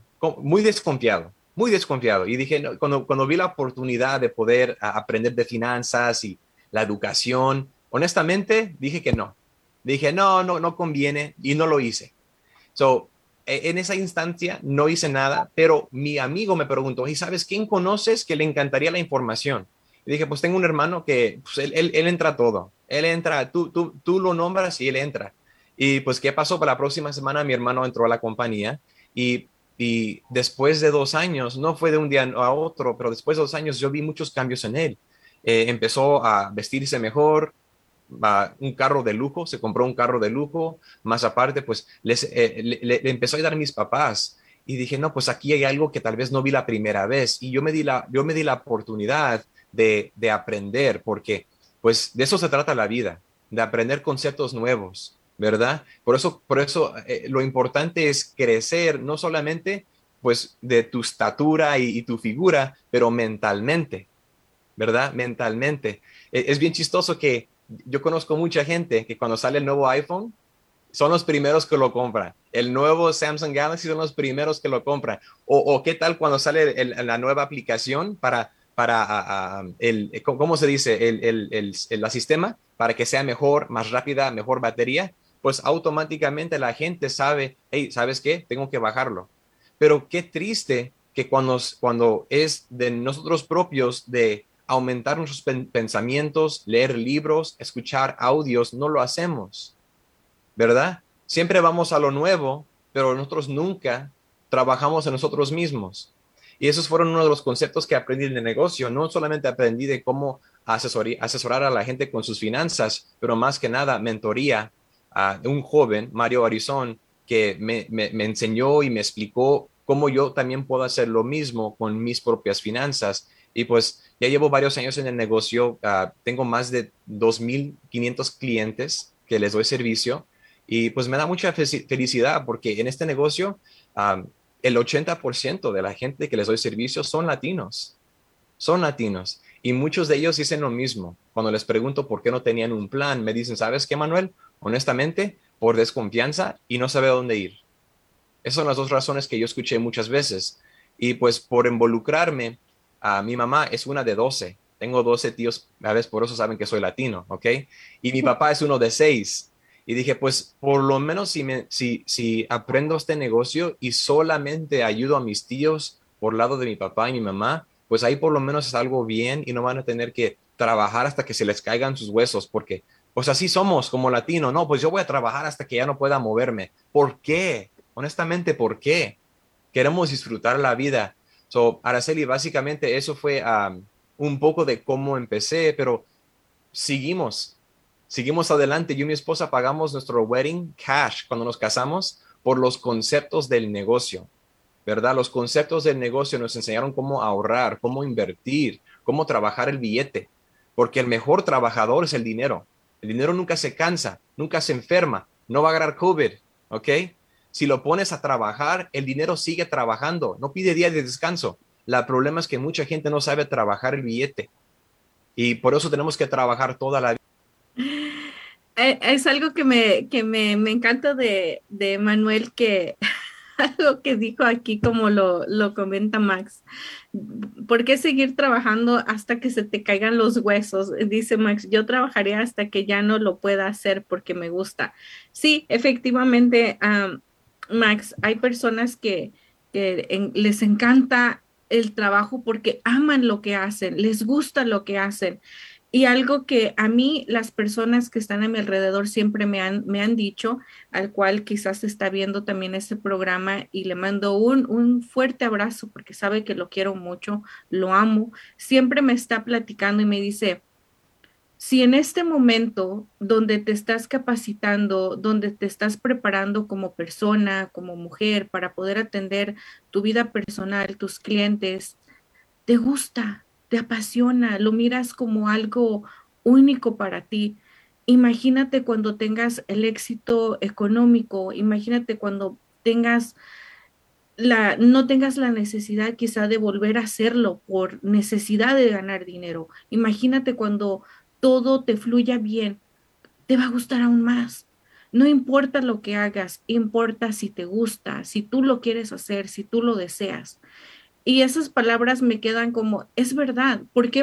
muy desconfiado. Y dije, no, cuando vi la oportunidad de poder aprender de finanzas y la educación, honestamente dije que no. Dije, no conviene y no lo hice. So, en esa instancia no hice nada, pero mi amigo me preguntó, ¿y sabes quién conoces que le encantaría la información? Y dije, pues tengo un hermano que pues, él entra a todo. Él entra, tú lo nombras y él entra. Y pues, ¿qué pasó? Para la próxima semana mi hermano entró a la compañía y después de 2 años, no fue de un día a otro, pero después de 2 años yo vi muchos cambios en él. Empezó a vestirse mejor, un carro de lujo, se compró un carro de lujo, más aparte, pues le empezó a ayudar a mis papás. Y dije, no, pues aquí hay algo que tal vez no vi la primera vez. Y yo me di la oportunidad de aprender, porque pues de eso se trata la vida, de aprender conceptos nuevos, ¿verdad? Por eso lo importante es crecer, no solamente pues de tu estatura y tu figura, pero mentalmente, ¿verdad? Mentalmente. Es bien chistoso que yo conozco mucha gente que cuando sale el nuevo iPhone, son los primeros que lo compran. El nuevo Samsung Galaxy son los primeros que lo compran. O qué tal cuando sale la nueva aplicación para ¿cómo se dice? El sistema para que sea mejor, más rápida, mejor batería. Pues automáticamente la gente sabe, hey, ¿sabes qué? Tengo que bajarlo. Pero qué triste que cuando es de nosotros propios de aumentar nuestros pensamientos, leer libros, escuchar audios, no lo hacemos, ¿verdad? Siempre vamos a lo nuevo, pero nosotros nunca trabajamos en nosotros mismos. Y esos fueron uno de los conceptos que aprendí en el negocio. No solamente aprendí de cómo asesorar a la gente con sus finanzas, pero más que nada mentoría de un joven, Mario Arizón, que me enseñó y me explicó cómo yo también puedo hacer lo mismo con mis propias finanzas. Y pues ya llevo varios años en el negocio, tengo más de 2,500 clientes que les doy servicio y pues me da mucha felicidad porque en este negocio el 80% de la gente que les doy servicio son latinos y muchos de ellos dicen lo mismo. Cuando les pregunto por qué no tenían un plan, me dicen, ¿sabes qué, Manuel? Honestamente, por desconfianza y no saber a dónde ir. Esas son las dos razones que yo escuché muchas veces. Y pues por involucrarme, mi mamá es una de 12. Tengo 12 tíos, a veces por eso saben que soy latino, ¿ok? Y mi papá es uno de 6. Y dije, pues por lo menos si aprendo este negocio y solamente ayudo a mis tíos por lado de mi papá y mi mamá, pues ahí por lo menos es algo bien y no van a tener que trabajar hasta que se les caigan sus huesos, porque pues así somos como latinos. No, pues yo voy a trabajar hasta que ya no pueda moverme. ¿Por qué? Honestamente, ¿por qué? Queremos disfrutar la vida. So, Araceli, básicamente eso fue un poco de cómo empecé, pero seguimos adelante. Yo y mi esposa pagamos nuestro wedding cash cuando nos casamos por los conceptos del negocio, ¿verdad? Los conceptos del negocio nos enseñaron cómo ahorrar, cómo invertir, cómo trabajar el billete, porque el mejor trabajador es el dinero. El dinero nunca se cansa, nunca se enferma, no va a agarrar COVID, ¿ok? Si lo pones a trabajar, el dinero sigue trabajando, no pide día de descanso. El problema es que mucha gente no sabe trabajar el billete y por eso tenemos que trabajar toda la vida.
Es algo que me encanta de Manuel, que algo que dijo aquí, como lo comenta Max. ¿Por qué seguir trabajando hasta que se te caigan los huesos? Dice Max, yo trabajaría hasta que ya no lo pueda hacer porque me gusta. Sí, efectivamente, Max, hay personas que les encanta el trabajo porque aman lo que hacen, les gusta lo que hacen. Y algo que a mí las personas que están a mi alrededor siempre me han dicho, al cual quizás está viendo también este programa y le mando un fuerte abrazo porque sabe que lo quiero mucho, lo amo, siempre me está platicando y me dice, si en este momento donde te estás capacitando, donde te estás preparando como persona, como mujer, para poder atender tu vida personal, tus clientes, te gusta, te apasiona, lo miras como algo único para ti. Imagínate cuando tengas el éxito económico, imagínate cuando no tengas la necesidad quizá de volver a hacerlo por necesidad de ganar dinero. Imagínate cuando todo te fluya bien, te va a gustar aún más. No importa lo que hagas, importa si te gusta, si tú lo quieres hacer, si tú lo deseas. Y esas palabras me quedan como, es verdad, porque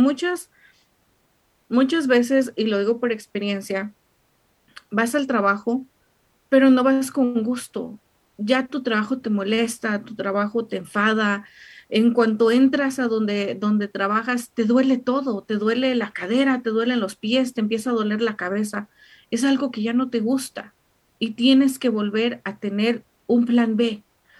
muchas veces, y lo digo por experiencia, vas al trabajo, pero no vas con gusto. Ya tu trabajo te molesta, tu trabajo te enfada. En cuanto entras a donde trabajas, te duele todo, te duele la cadera, te duelen los pies, te empieza a doler la cabeza. Es algo que ya no te gusta y tienes que volver a tener un plan B,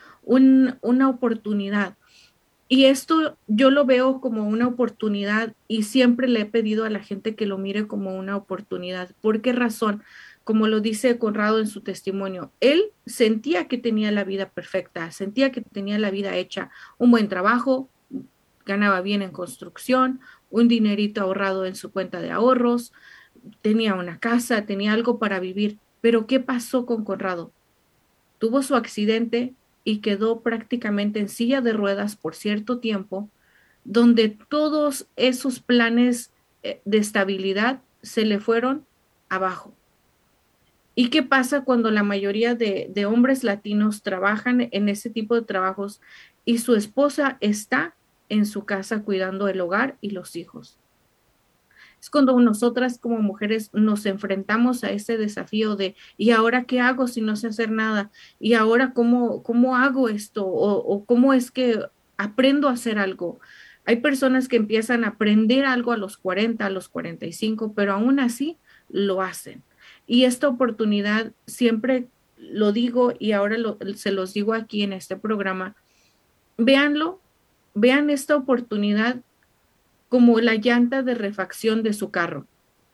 una oportunidad. Y esto yo lo veo como una oportunidad y siempre le he pedido a la gente que lo mire como una oportunidad. ¿Por qué razón? Como lo dice Conrado en su testimonio, él sentía que tenía la vida perfecta, sentía que tenía la vida hecha, un buen trabajo, ganaba bien en construcción, un dinerito ahorrado en su cuenta de ahorros, tenía una casa, tenía algo para vivir. Pero ¿qué pasó con Conrado? Tuvo su accidente y quedó prácticamente en silla de ruedas por cierto tiempo, donde todos esos planes de estabilidad se le fueron abajo. ¿Y qué pasa cuando la mayoría de hombres latinos trabajan en ese tipo de trabajos y su esposa está en su casa cuidando el hogar y los hijos? Es cuando nosotras como mujeres nos enfrentamos a ese desafío de, ¿y ahora qué hago si no sé hacer nada? ¿Y ahora cómo hago esto? O cómo es que aprendo a hacer algo? Hay personas que empiezan a aprender algo a los 40, a los 45, pero aún así lo hacen. Y esta oportunidad siempre lo digo y ahora se los digo aquí en este programa, véanlo, vean esta oportunidad como la llanta de refacción de su carro.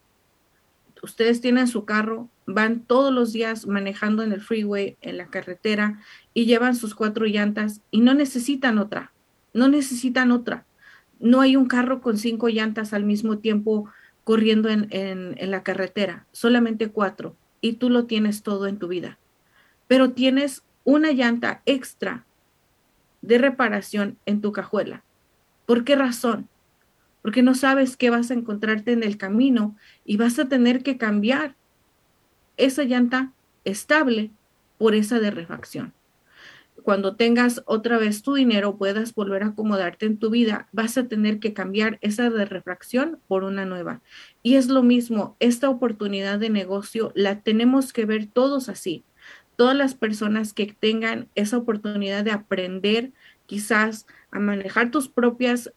Ustedes tienen su carro, van todos los días manejando en el freeway, en la carretera, y llevan sus 4 llantas y no necesitan otra, no necesitan otra. No hay un carro con 5 llantas al mismo tiempo corriendo en la carretera, solamente 4, y tú lo tienes todo en tu vida. Pero tienes una llanta extra de reparación en tu cajuela. ¿Por qué razón? Porque no sabes qué vas a encontrarte en el camino y vas a tener que cambiar esa llanta estable por esa de refacción. Cuando tengas otra vez tu dinero, puedas volver a acomodarte en tu vida, vas a tener que cambiar esa de refracción por una nueva. Y es lo mismo, esta oportunidad de negocio la tenemos que ver todos así. Todas las personas que tengan esa oportunidad de aprender quizás a manejar tus propias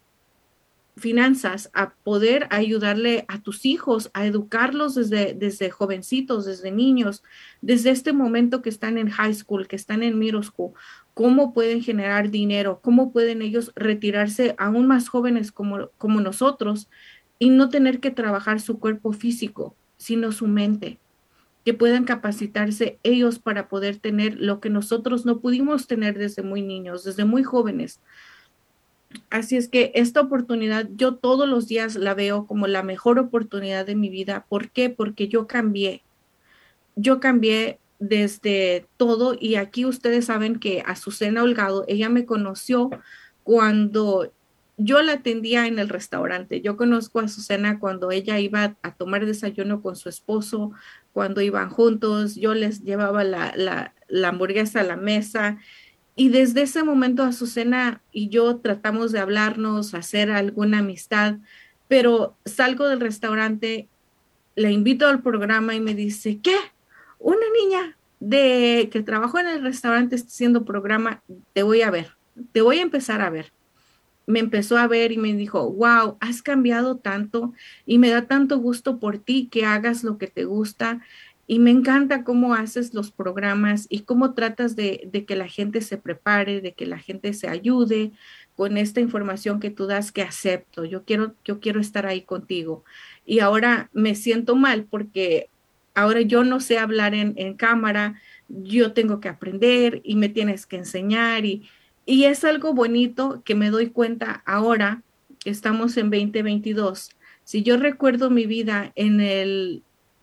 finanzas, a poder ayudarle a tus hijos, a educarlos desde jovencitos, desde niños, desde este momento que están en high school, que están en middle school, cómo pueden generar dinero, cómo pueden ellos retirarse aún más jóvenes como nosotros y no tener que trabajar su cuerpo físico, sino su mente, que puedan capacitarse ellos para poder tener lo que nosotros no pudimos tener desde muy niños, desde muy jóvenes. Así es que esta oportunidad yo todos los días la veo como la mejor oportunidad de mi vida. ¿Por qué? Porque yo cambié. Yo cambié desde todo y aquí ustedes saben que Azucena Holgado, ella me conoció cuando yo la atendía en el restaurante. Yo conozco a Azucena cuando ella iba a tomar desayuno con su esposo, cuando iban juntos, yo les llevaba la hamburguesa a la mesa. Y desde ese momento Azucena y yo tratamos de hablarnos, hacer alguna amistad, pero salgo del restaurante, la invito al programa y me dice, ¿qué? Una niña de que trabajó en el restaurante está haciendo programa, te voy a ver, te voy a empezar a ver. Me empezó a ver y me dijo, wow, has cambiado tanto y me da tanto gusto por ti que hagas lo que te gusta y me encanta cómo haces los programas y cómo tratas de que la gente se prepare, de que la gente se ayude con esta información que tú das que acepto. Yo quiero estar ahí contigo. Y ahora me siento mal porque ahora yo no sé hablar en cámara, yo tengo que aprender y me tienes que enseñar y es algo bonito que me doy cuenta ahora que estamos en 2022. Si yo recuerdo mi vida en el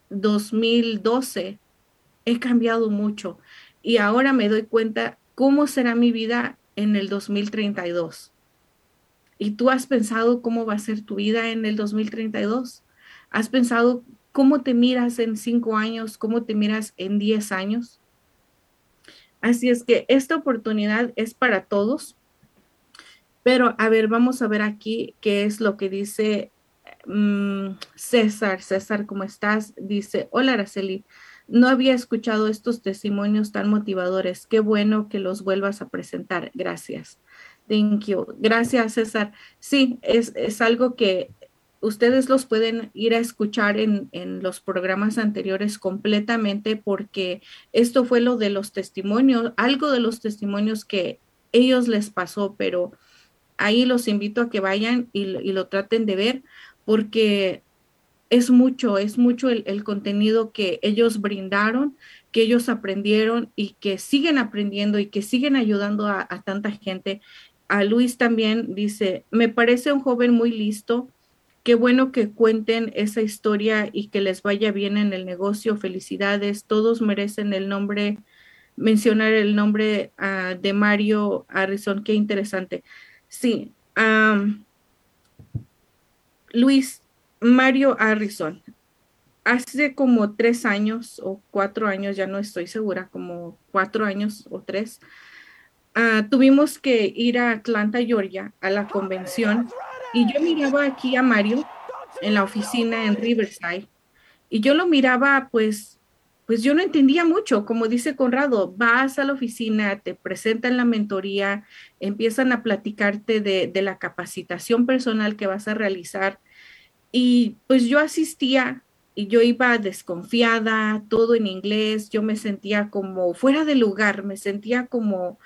2012, he cambiado mucho y ahora me doy cuenta cómo será mi vida en el 2032. ¿Y tú has pensado cómo va a ser tu vida en el 2032? ¿Has pensado cómo te miras en 5 años? ¿Cómo te miras en 10 años? Así es que esta oportunidad es para todos. Pero, a ver, vamos a ver aquí qué es lo que dice César. César, ¿cómo estás? Dice, hola, Araceli. No había escuchado estos testimonios tan motivadores. Qué bueno que los vuelvas a presentar. Gracias. Thank you. Gracias, César. Sí, es algo que ustedes los pueden ir a escuchar en los programas anteriores completamente porque esto fue lo de los testimonios, algo de los testimonios que ellos les pasó, pero ahí los invito a que vayan y lo traten de ver porque es mucho el contenido que ellos brindaron, que ellos aprendieron y que siguen aprendiendo y que siguen ayudando a tanta gente. A Luis también dice, me parece un joven muy listo. Qué bueno que cuenten esa historia y que les vaya bien en el negocio. Felicidades. Todos merecen el nombre, mencionar el nombre de Mario Harrison. Qué interesante. Sí, Luis, Mario Harrison, hace como 3 años o 4 años, ya no estoy segura, como 4 años o 3, tuvimos que ir a Atlanta, Georgia, a la convención y yo miraba aquí a Mario en la oficina en Riverside y yo lo miraba pues yo no entendía mucho, como dice Conrado, vas a la oficina, te presentan la mentoría, empiezan a platicarte de la capacitación personal que vas a realizar y pues yo asistía y yo iba desconfiada, todo en inglés, yo me sentía como fuera de lugar, me sentía como,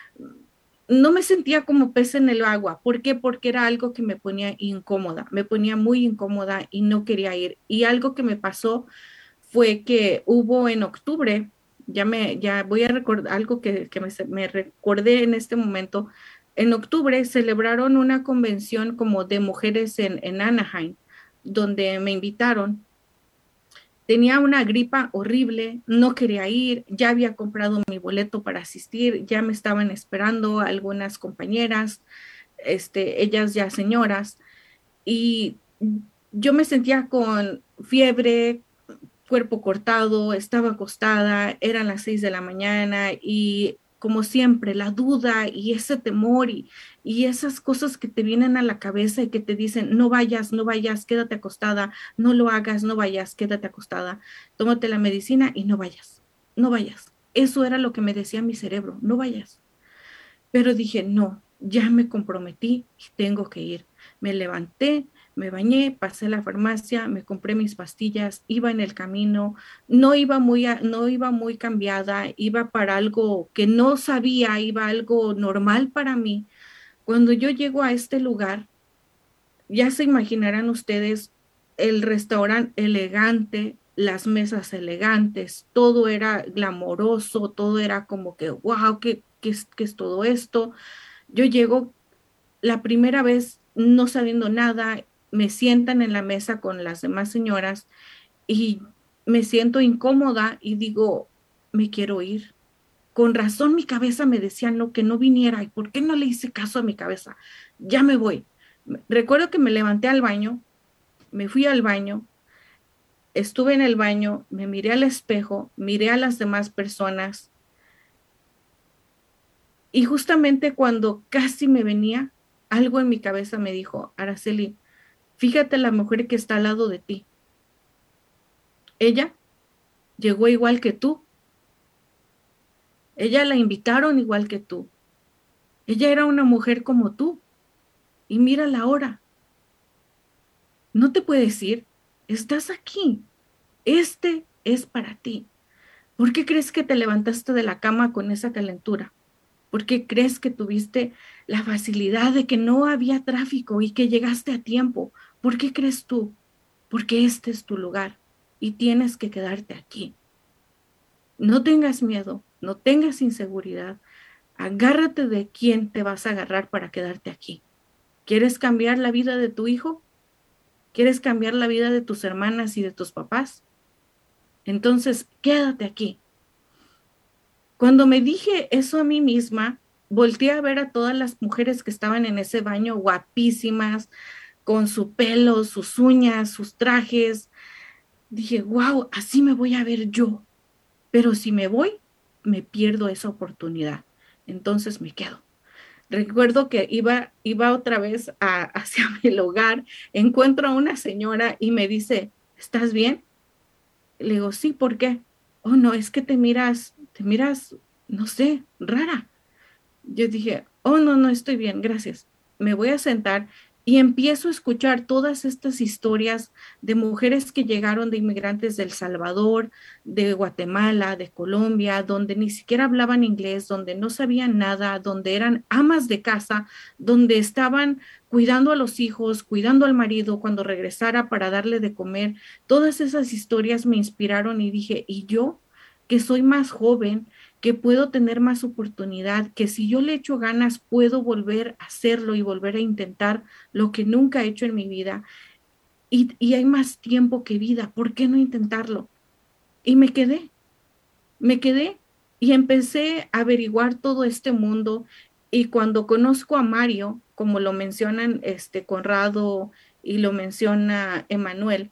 no me sentía como pez en el agua. ¿Por qué? Porque era algo que me ponía incómoda, me ponía muy incómoda y no quería ir. Y algo que me pasó fue que hubo en octubre, ya voy a recordar algo que me recordé en este momento, en octubre celebraron una convención como de mujeres en Anaheim, donde me invitaron. Tenía una gripa horrible, no quería ir, ya había comprado mi boleto para asistir, ya me estaban esperando algunas compañeras, ellas ya señoras, y yo me sentía con fiebre, cuerpo cortado, estaba acostada, eran las 6 de la mañana y como siempre, la duda y ese temor y esas cosas que te vienen a la cabeza y que te dicen, no vayas, no vayas, quédate acostada, no lo hagas, no vayas, quédate acostada, tómate la medicina y no vayas, no vayas. Eso era lo que me decía mi cerebro, no vayas. Pero dije, no, ya me comprometí y tengo que ir. Me levanté, me bañé, pasé a la farmacia, me compré mis pastillas, iba en el camino, no iba muy cambiada, iba para algo que no sabía, iba algo normal para mí. Cuando yo llego a este lugar, ya se imaginarán ustedes el restaurante elegante, las mesas elegantes, todo era glamoroso, todo era como que, wow, ¿qué es todo esto? Yo llego la primera vez no sabiendo nada, me sientan en la mesa con las demás señoras y me siento incómoda y digo, me quiero ir. Con razón mi cabeza me decía no, que no viniera. ¿Y por qué no le hice caso a mi cabeza? Ya me voy. Recuerdo que me levanté al baño, me fui al baño, estuve en el baño, me miré al espejo, miré a las demás personas Y justamente cuando casi me venía, algo en mi cabeza me dijo, Araceli, fíjate la mujer que está al lado de ti. Ella llegó igual que tú. Ella la invitaron igual que tú. Ella era una mujer como tú. Y mírala ahora. No te puedes ir. Estás aquí. Este es para ti. ¿Por qué crees que te levantaste de la cama con esa calentura? ¿Por qué crees que tuviste la facilidad de que no había tráfico y que llegaste a tiempo? ¿Por qué crees tú? Porque este es tu lugar y tienes que quedarte aquí. No tengas miedo, no tengas inseguridad. Agárrate de quién te vas a agarrar para quedarte aquí. ¿Quieres cambiar la vida de tu hijo? ¿Quieres cambiar la vida de tus hermanas y de tus papás? Entonces, quédate aquí. Cuando me dije eso a mí misma, volteé a ver a todas las mujeres que estaban en ese baño, guapísimas, con su pelo, sus uñas, sus trajes. Dije, wow, así me voy a ver yo. Pero si me voy, me pierdo esa oportunidad. Entonces me quedo. Recuerdo que iba otra vez hacia mi hogar, encuentro a una señora y me dice, ¿estás bien? Le digo, sí, ¿por qué? Oh, no, es que te miras, no sé, rara. Yo dije, oh, no, no estoy bien, gracias. Me voy a sentar y empiezo a escuchar todas estas historias de mujeres que llegaron de inmigrantes de El Salvador, de Guatemala, de Colombia, donde ni siquiera hablaban inglés, donde no sabían nada, donde eran amas de casa, donde estaban cuidando a los hijos, cuidando al marido cuando regresara para darle de comer. Todas esas historias me inspiraron y dije, ¿y yo, que soy más joven, que puedo tener más oportunidad, que si yo le echo ganas puedo volver a hacerlo y volver a intentar lo que nunca he hecho en mi vida? Y hay más tiempo que vida, ¿por qué no intentarlo? Y me quedé y empecé a averiguar todo este mundo. Y cuando conozco a Mario, como lo mencionan Conrado y lo menciona Emanuel,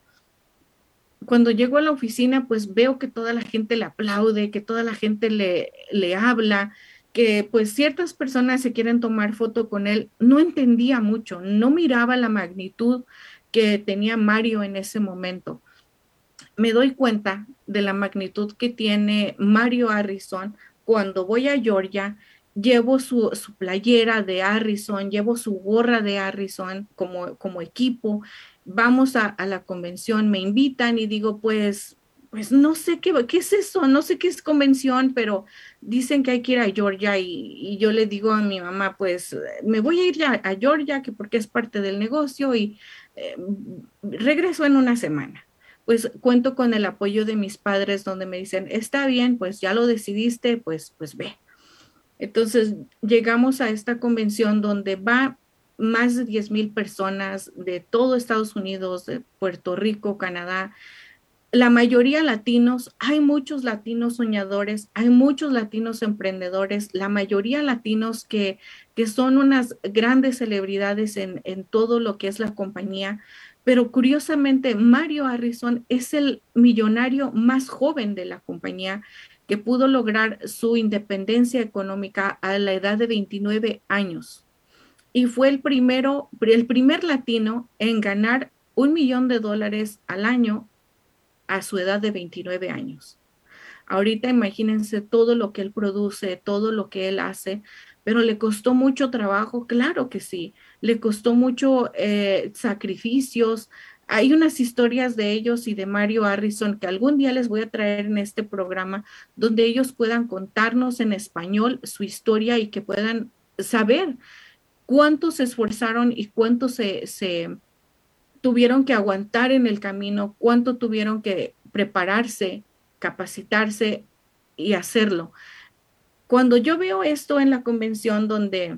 cuando llego a la oficina, pues veo que toda la gente le aplaude, que toda la gente le habla, que pues ciertas personas se quieren tomar foto con él. No entendía mucho, no miraba la magnitud que tenía Mario en ese momento. Me doy cuenta de la magnitud que tiene Mario Harrison cuando voy a Georgia. Llevo su playera de Harrison, llevo su gorra de Harrison como equipo. Vamos a la convención, me invitan y digo, pues no sé qué es eso, no sé qué es convención, pero dicen que hay que ir a Georgia y yo le digo a mi mamá, pues me voy a ir ya a Georgia, que porque es parte del negocio y eh, regreso en una semana. Pues cuento con el apoyo de mis padres donde me dicen, está bien, pues ya lo decidiste, pues ve. Entonces llegamos a esta convención donde va más de 10,000 personas de todo Estados Unidos, de Puerto Rico, Canadá, la mayoría latinos. Hay muchos latinos soñadores, hay muchos latinos emprendedores, la mayoría latinos que son unas grandes celebridades en todo lo que es la compañía. Pero curiosamente, Mario Harrison es el millonario más joven de la compañía que pudo lograr su independencia económica a la edad de 29 años. Y fue el primer latino en ganar $1,000,000 al año a su edad de 29 años. Ahorita imagínense todo lo que él produce, todo lo que él hace, pero le costó mucho trabajo, claro que sí, le costó mucho sacrificios. Hay unas historias de ellos y de Mario Harrison que algún día les voy a traer en este programa, donde ellos puedan contarnos en español su historia y que puedan saber cuánto se esforzaron y cuánto se tuvieron que aguantar en el camino, cuánto tuvieron que prepararse, capacitarse y hacerlo. Cuando yo veo esto en la convención donde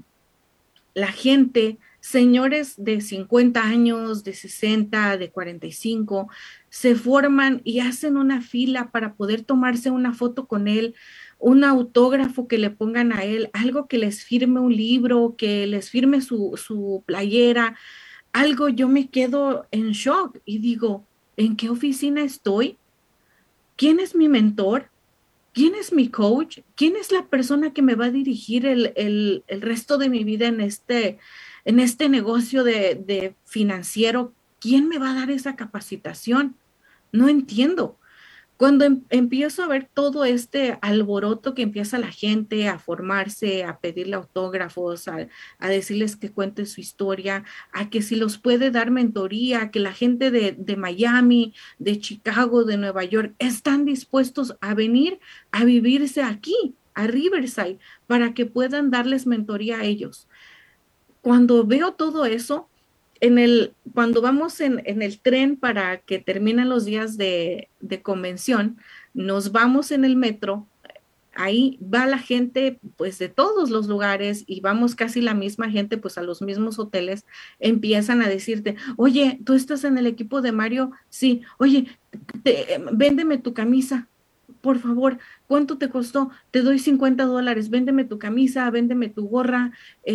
la gente, señores de 50 años, de 60, de 45, se forman y hacen una fila para poder tomarse una foto con él, un autógrafo que le pongan a él, algo que les firme un libro, que les firme su playera, algo, yo me quedo en shock y digo, ¿en qué oficina estoy? ¿Quién es mi mentor? ¿quién es mi coach? ¿Quién es la persona que me va a dirigir el resto de mi vida en este negocio de financiero? ¿Quién me va a dar esa capacitación? No entiendo. Cuando empiezo a ver todo este alboroto que empieza la gente a formarse, a pedirle autógrafos, a decirles que cuente su historia, a que si los puede dar mentoría, que la gente de Miami, de Chicago, de Nueva York, están dispuestos a venir a vivirse aquí, a Riverside, para que puedan darles mentoría a ellos. Cuando veo todo eso, cuando vamos en el tren para que terminen los días de convención, nos vamos en el metro, ahí va la gente pues de todos los lugares y vamos casi la misma gente pues a los mismos hoteles, empiezan a decirte, oye, ¿tú estás en el equipo de Mario? Sí, oye, véndeme tu camisa. Por favor, ¿cuánto te costó? Te doy $50, véndeme tu camisa, véndeme tu gorra,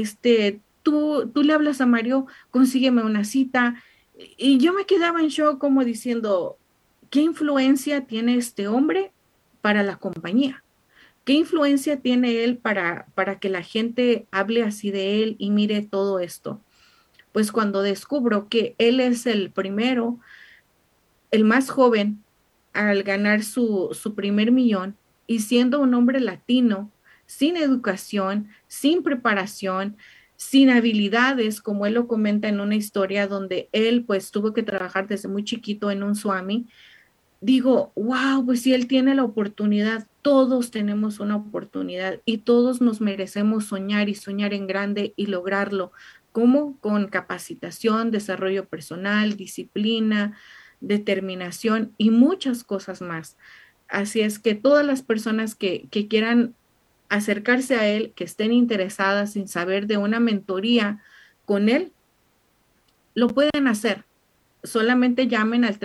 tú le hablas a Mario, consígueme una cita. Y yo me quedaba en shock como diciendo, ¿qué influencia tiene este hombre para la compañía? ¿Qué influencia tiene él para que la gente hable así de él y mire todo esto? Pues cuando descubro que él es el primero, el más joven, al ganar su primer millón y siendo un hombre latino, sin educación, sin preparación, sin habilidades, como él lo comenta en una historia donde él pues tuvo que trabajar desde muy chiquito en un Swami, digo, wow, pues si él tiene la oportunidad, todos tenemos una oportunidad y todos nos merecemos soñar y soñar en grande y lograrlo. ¿Cómo? Con capacitación, desarrollo personal, disciplina, determinación y muchas cosas más. Así es que todas las personas que quieran acercarse a él, que estén interesadas en saber de una mentoría con él, lo pueden hacer. Solamente llamen al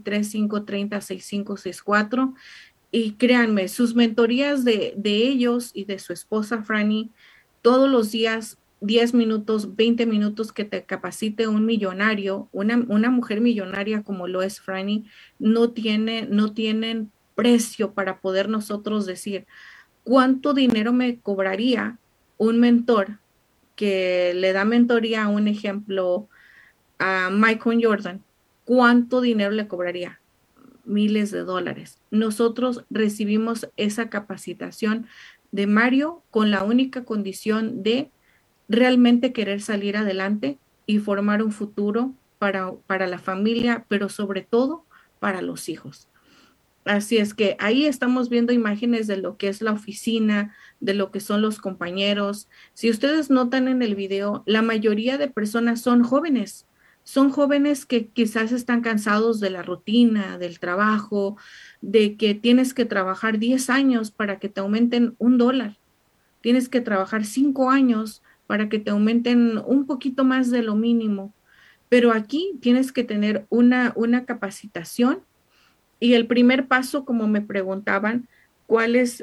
323-530-6564 y créanme, sus mentorías de ellos y de su esposa Franny, todos los días, 10 minutos, 20 minutos que te capacite un millonario, una mujer millonaria como lo es Franny, no tienen precio para poder nosotros decir cuánto dinero me cobraría un mentor que le da mentoría a un ejemplo a Michael Jordan, ¿cuánto dinero le cobraría? Miles de dólares. Nosotros recibimos esa capacitación de Mario con la única condición de realmente querer salir adelante y formar un futuro para la familia, pero sobre todo para los hijos. Así es que ahí estamos viendo imágenes de lo que es la oficina, de lo que son los compañeros. Si ustedes notan en el video, la mayoría de personas son jóvenes que quizás están cansados de la rutina, del trabajo, de que tienes que trabajar 10 años para que te aumenten $1. Tienes que trabajar 5 años para que te aumenten un poquito más de lo mínimo. Pero aquí tienes que tener una capacitación y el primer paso, como me preguntaban, ¿cuál es,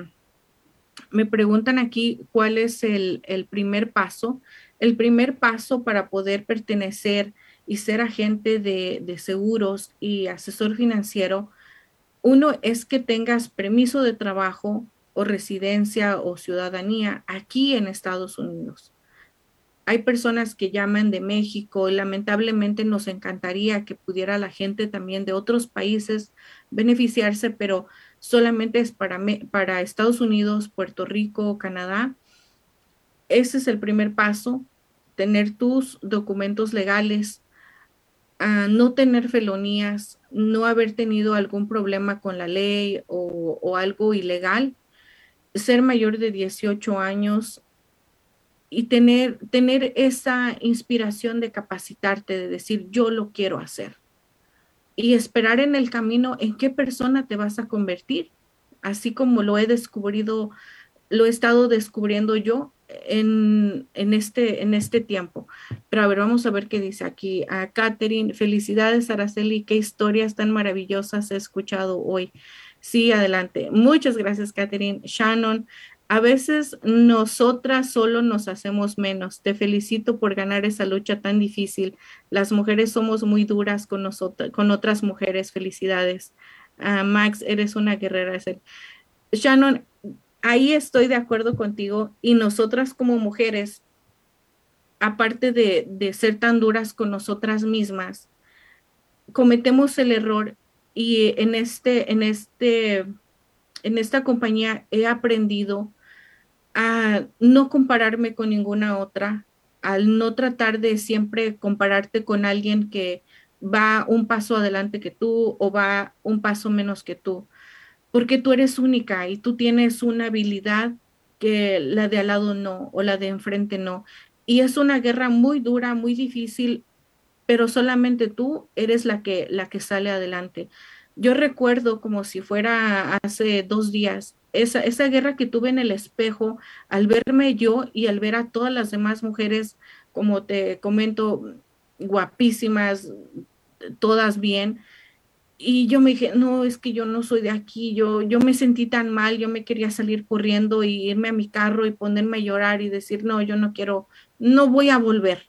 me preguntan aquí cuál es el primer paso? El primer paso para poder pertenecer y ser agente de seguros y asesor financiero, uno es que tengas permiso de trabajo o residencia o ciudadanía aquí en Estados Unidos. Hay personas que llaman de México y lamentablemente nos encantaría que pudiera la gente también de otros países beneficiarse, pero solamente es para Estados Unidos, Puerto Rico, Canadá. Ese es el primer paso, tener tus documentos legales, no tener felonías, no haber tenido algún problema con la ley o algo ilegal, ser mayor de 18 años, y tener esa inspiración de capacitarte, de decir, yo lo quiero hacer. Y esperar en el camino en qué persona te vas a convertir, así como lo he estado descubriendo yo en este tiempo. Pero a ver, vamos a ver qué dice aquí. A Catherine, felicidades, Araceli, qué historias tan maravillosas he escuchado hoy. Sí, adelante. Muchas gracias, Catherine. Shannon, a veces nosotras solo nos hacemos menos. Te felicito por ganar esa lucha tan difícil. Las mujeres somos muy duras con nosotras, con otras mujeres. Felicidades. Max, eres una guerrera. Shannon, ahí estoy de acuerdo contigo y nosotras como mujeres, aparte de ser tan duras con nosotras mismas, cometemos el error y en esta compañía he aprendido a no compararme con ninguna otra, al no tratar de siempre compararte con alguien que va un paso adelante que tú o va un paso menos que tú, porque tú eres única y tú tienes una habilidad que la de al lado no o la de enfrente no. Y es una guerra muy dura, muy difícil, pero solamente tú eres la que sale adelante. Yo recuerdo como si fuera hace 2 días, esa guerra que tuve en el espejo al verme yo y al ver a todas las demás mujeres, como te comento, guapísimas, todas bien. Y yo me dije, no, es que yo no soy de aquí, yo me sentí tan mal, yo me quería salir corriendo y irme a mi carro y ponerme a llorar y decir, no, yo no quiero, no voy a volver.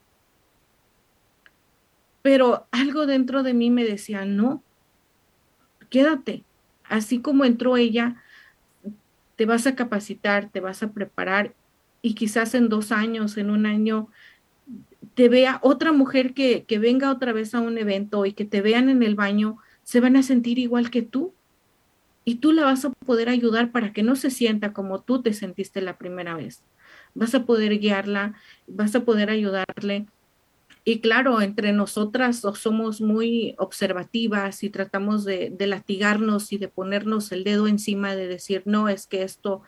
Pero algo dentro de mí me decía, no, quédate. Así como entró ella, te vas a capacitar, te vas a preparar y quizás en 2 años, en un año, te vea otra mujer que venga otra vez a un evento y que te vean en el baño, se van a sentir igual que tú y tú la vas a poder ayudar para que no se sienta como tú te sentiste la primera vez. Vas a poder guiarla, vas a poder ayudarle. Y claro, entre nosotras somos muy observativas y tratamos de latigarnos y de ponernos el dedo encima de decir, no, es que esto,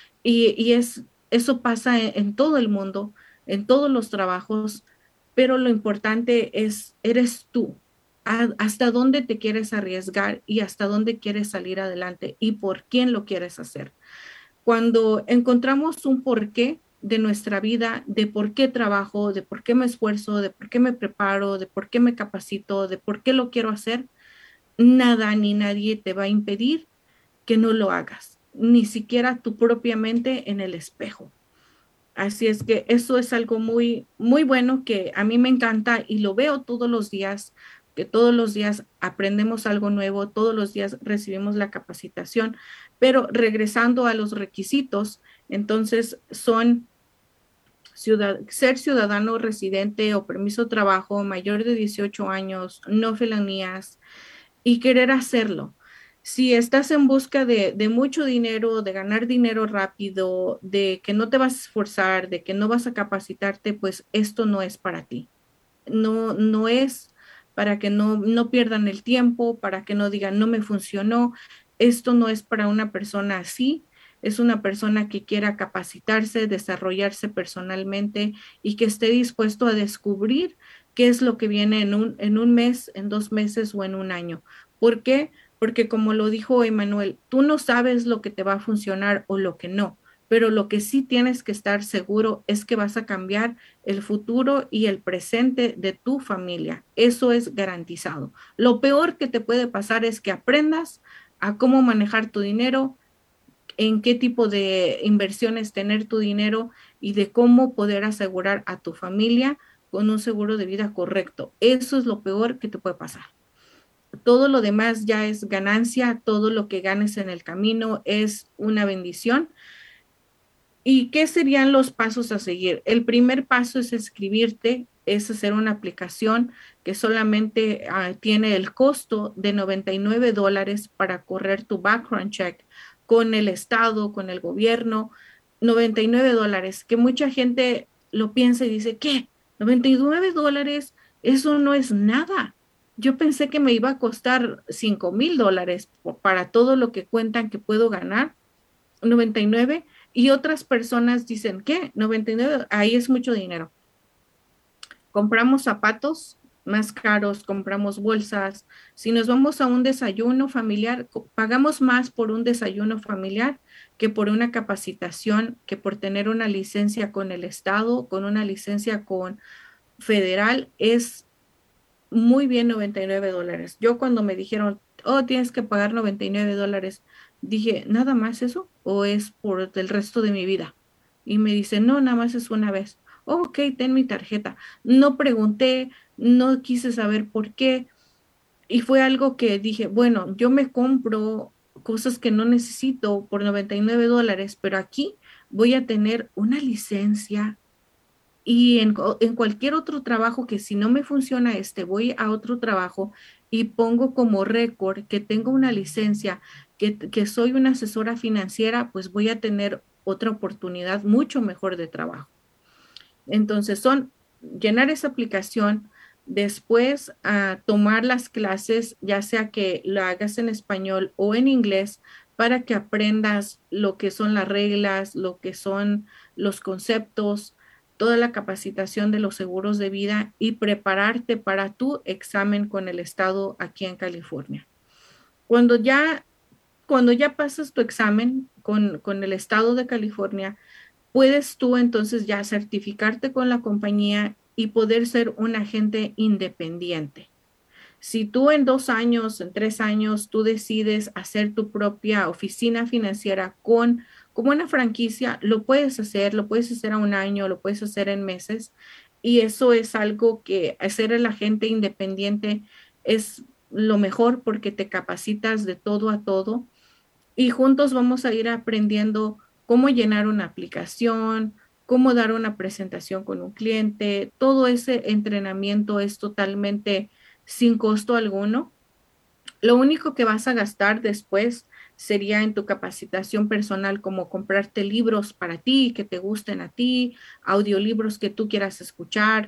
eso pasa en todo el mundo, en todos los trabajos, pero lo importante es, eres tú, hasta dónde te quieres arriesgar y hasta dónde quieres salir adelante y por quién lo quieres hacer. Cuando encontramos un porqué de nuestra vida, de por qué trabajo, de por qué me esfuerzo, de por qué me preparo, de por qué me capacito, de por qué lo quiero hacer, nada ni nadie te va a impedir que no lo hagas, ni siquiera tu propia mente en el espejo. Así es que eso es algo muy, muy bueno que a mí me encanta y lo veo todos los días, que todos los días aprendemos algo nuevo, todos los días recibimos la capacitación, pero regresando a los requisitos, entonces son ser ciudadano residente o permiso de trabajo, mayor de 18 años, no felanías y querer hacerlo. Si estás en busca de mucho dinero, de ganar dinero rápido, de que no te vas a esforzar, de que no vas a capacitarte, pues esto no es para ti. No, no es para que no pierdan el tiempo, para que no digan no me funcionó. Esto no es para una persona así. Es una persona que quiera capacitarse, desarrollarse personalmente y que esté dispuesto a descubrir qué es lo que viene en un mes, en 2 meses o en un año. ¿Por qué? Porque como lo dijo Emanuel, tú no sabes lo que te va a funcionar o lo que no, pero lo que sí tienes que estar seguro es que vas a cambiar el futuro y el presente de tu familia. Eso es garantizado. Lo peor que te puede pasar es que aprendas a cómo manejar tu dinero, en qué tipo de inversiones tener tu dinero y de cómo poder asegurar a tu familia con un seguro de vida correcto. Eso es lo peor que te puede pasar. Todo lo demás ya es ganancia, todo lo que ganes en el camino es una bendición. ¿Y qué serían los pasos a seguir? El primer paso es escribirte, es hacer una aplicación que solamente tiene el costo de $99 para correr tu background check con el Estado, con el gobierno, $99, que mucha gente lo piensa y dice, ¿qué? $99, eso no es nada. Yo pensé que me iba a costar $5,000 para todo lo que cuentan que puedo ganar, 99, y otras personas dicen, ¿qué? 99, ahí es mucho dinero. Compramos zapatos más caros, compramos bolsas. Si nos vamos a un desayuno familiar, pagamos más por un desayuno familiar que por una capacitación, que por tener una licencia con el Estado, con una licencia con federal. Es muy bien $99. Yo cuando me dijeron, oh, tienes que pagar $99, dije, ¿nada más eso? ¿O es por el resto de mi vida? Y me dice, no, nada más es una vez. Oh, ok, ten mi tarjeta. No pregunté, no quise saber por qué. Y fue algo que dije, bueno, yo me compro cosas que no necesito por $99, pero aquí voy a tener una licencia y en cualquier otro trabajo que si no me funciona voy a otro trabajo y pongo como récord que tengo una licencia, que soy una asesora financiera, pues voy a tener otra oportunidad mucho mejor de trabajo. Entonces llenar esa aplicación, después tomar las clases, ya sea que lo hagas en español o en inglés, para que aprendas lo que son las reglas, lo que son los conceptos, toda la capacitación de los seguros de vida y prepararte para tu examen con el estado aquí en California. Cuando ya pasas tu examen con el estado de California, puedes tú entonces ya certificarte con la compañía y poder ser un agente independiente. Si tú en 2 años, en 3 años, tú decides hacer tu propia oficina financiera como una franquicia, lo puedes hacer a 1 año, lo puedes hacer en meses. Y eso es algo que hacer el agente independiente es lo mejor porque te capacitas de todo a todo. Y juntos vamos a ir aprendiendo cómo llenar una aplicación, cómo dar una presentación con un cliente. Todo ese entrenamiento es totalmente sin costo alguno. Lo único que vas a gastar después sería en tu capacitación personal, como comprarte libros para ti, que te gusten a ti, audiolibros que tú quieras escuchar.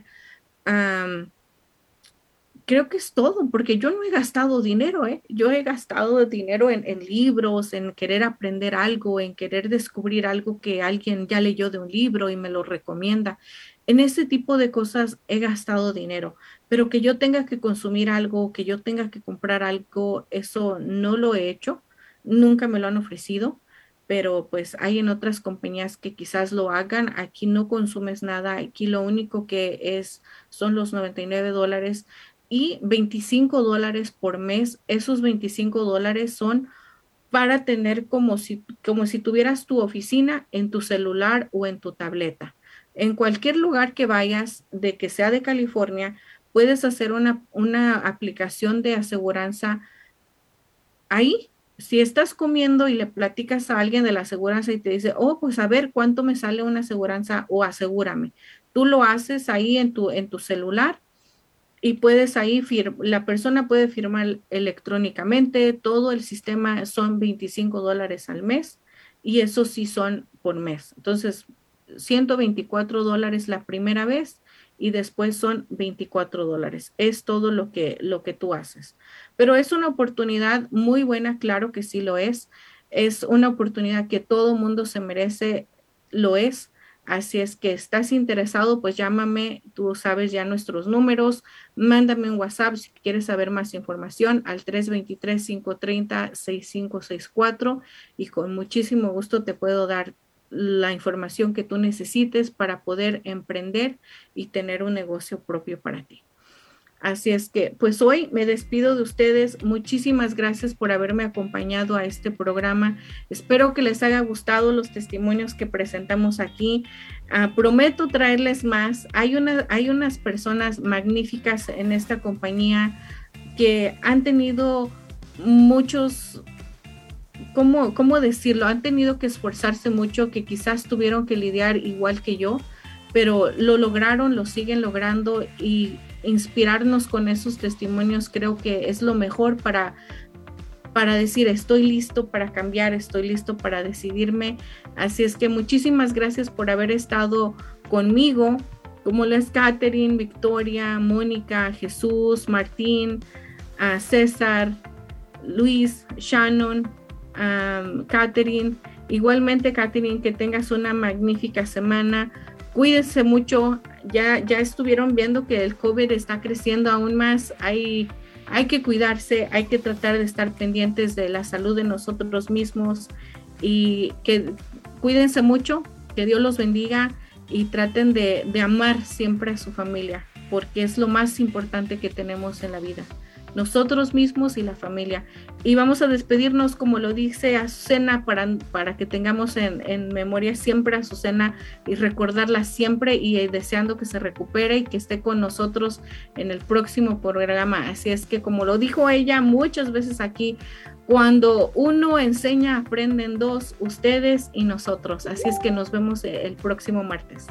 Creo que es todo, porque yo no he gastado dinero, Yo he gastado dinero en libros, en querer aprender algo, en querer descubrir algo que alguien ya leyó de un libro y me lo recomienda. En ese tipo de cosas he gastado dinero, pero que yo tenga que consumir algo, que yo tenga que comprar algo, eso no lo he hecho, nunca me lo han ofrecido, pero pues hay en otras compañías que quizás lo hagan. Aquí no consumes nada, aquí lo único que son los $99 y $25 por mes. Esos $25 son para tener como si tuvieras tu oficina en tu celular o en tu tableta. En cualquier lugar que vayas, de que sea de California, puedes hacer una aplicación de aseguranza ahí. Si estás comiendo y le platicas a alguien de la aseguranza y te dice, oh, pues a ver cuánto me sale una aseguranza o asegúrame. Tú lo haces ahí en tu celular y puedes ahí, la persona puede firmar electrónicamente. Todo el sistema son $25 al mes y eso sí son por mes. Entonces, $124 la primera vez y después son $24. Es todo lo que tú haces. Pero es una oportunidad muy buena, claro que sí lo es. Es una oportunidad que todo mundo se merece, lo es. Así es que estás interesado, pues llámame, tú sabes ya nuestros números, mándame un WhatsApp si quieres saber más información al 323-530-6564 y con muchísimo gusto te puedo dar la información que tú necesites para poder emprender y tener un negocio propio para ti. Así es que, pues hoy me despido de ustedes. Muchísimas gracias por haberme acompañado a este programa. Espero que les haya gustado los testimonios que presentamos aquí. Prometo traerles más. Hay unas personas magníficas en esta compañía que han tenido muchos, ¿cómo decirlo? Han tenido que esforzarse mucho, que quizás tuvieron que lidiar igual que yo, pero lo lograron, lo siguen logrando y inspirarnos con esos testimonios creo que es lo mejor para decir estoy listo para cambiar, estoy listo para decidirme. Así es que muchísimas gracias por haber estado conmigo, como les Catherine, Victoria, Mónica, Jesús, Martín, César, Luis, Shannon, Catherine. Igualmente, Catherine, que tengas una magnífica semana. Cuídense mucho. Ya estuvieron viendo que el COVID está creciendo aún más. Hay que cuidarse, hay que tratar de estar pendientes de la salud de nosotros mismos y que cuídense mucho, que Dios los bendiga y traten de amar siempre a su familia, porque es lo más importante que tenemos en la vida, nosotros mismos y la familia. Y vamos a despedirnos, como lo dice Azucena, para que tengamos en memoria siempre a Azucena y recordarla siempre y deseando que se recupere y que esté con nosotros en el próximo programa. Así es que, como lo dijo ella muchas veces aquí, Cuando uno enseña, aprenden dos, ustedes y nosotros. Así es que nos vemos el próximo martes.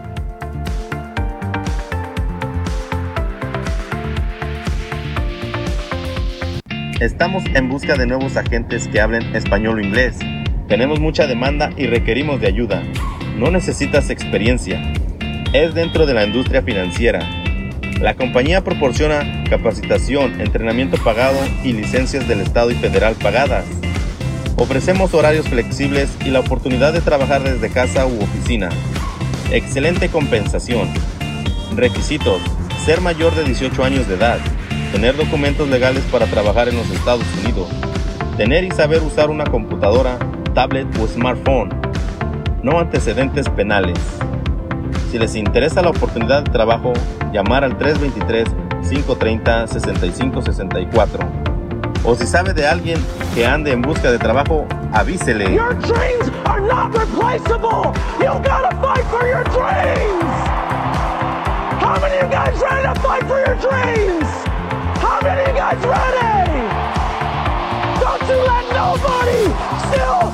Estamos en busca de nuevos agentes que hablen español o inglés. Tenemos mucha demanda y requerimos de ayuda. No necesitas experiencia. Es dentro de la industria financiera. La compañía proporciona capacitación, entrenamiento pagado y licencias del Estado y federal pagadas. Ofrecemos horarios flexibles y la oportunidad de trabajar desde casa u oficina. Excelente compensación. Requisitos: ser mayor de 18 años de edad, tener documentos legales para trabajar en los Estados Unidos, tener y saber usar una computadora, tablet o smartphone, no antecedentes penales. Si les interesa la oportunidad de trabajo, llamar al 323-530-6564. O si sabe de alguien que ande en busca de trabajo, avísele.
Your dreams are not replaceable. You gotta fight for your dreams. How many of you guys ready to fight for your dreams? How many of you guys ready? Don't you let nobody steal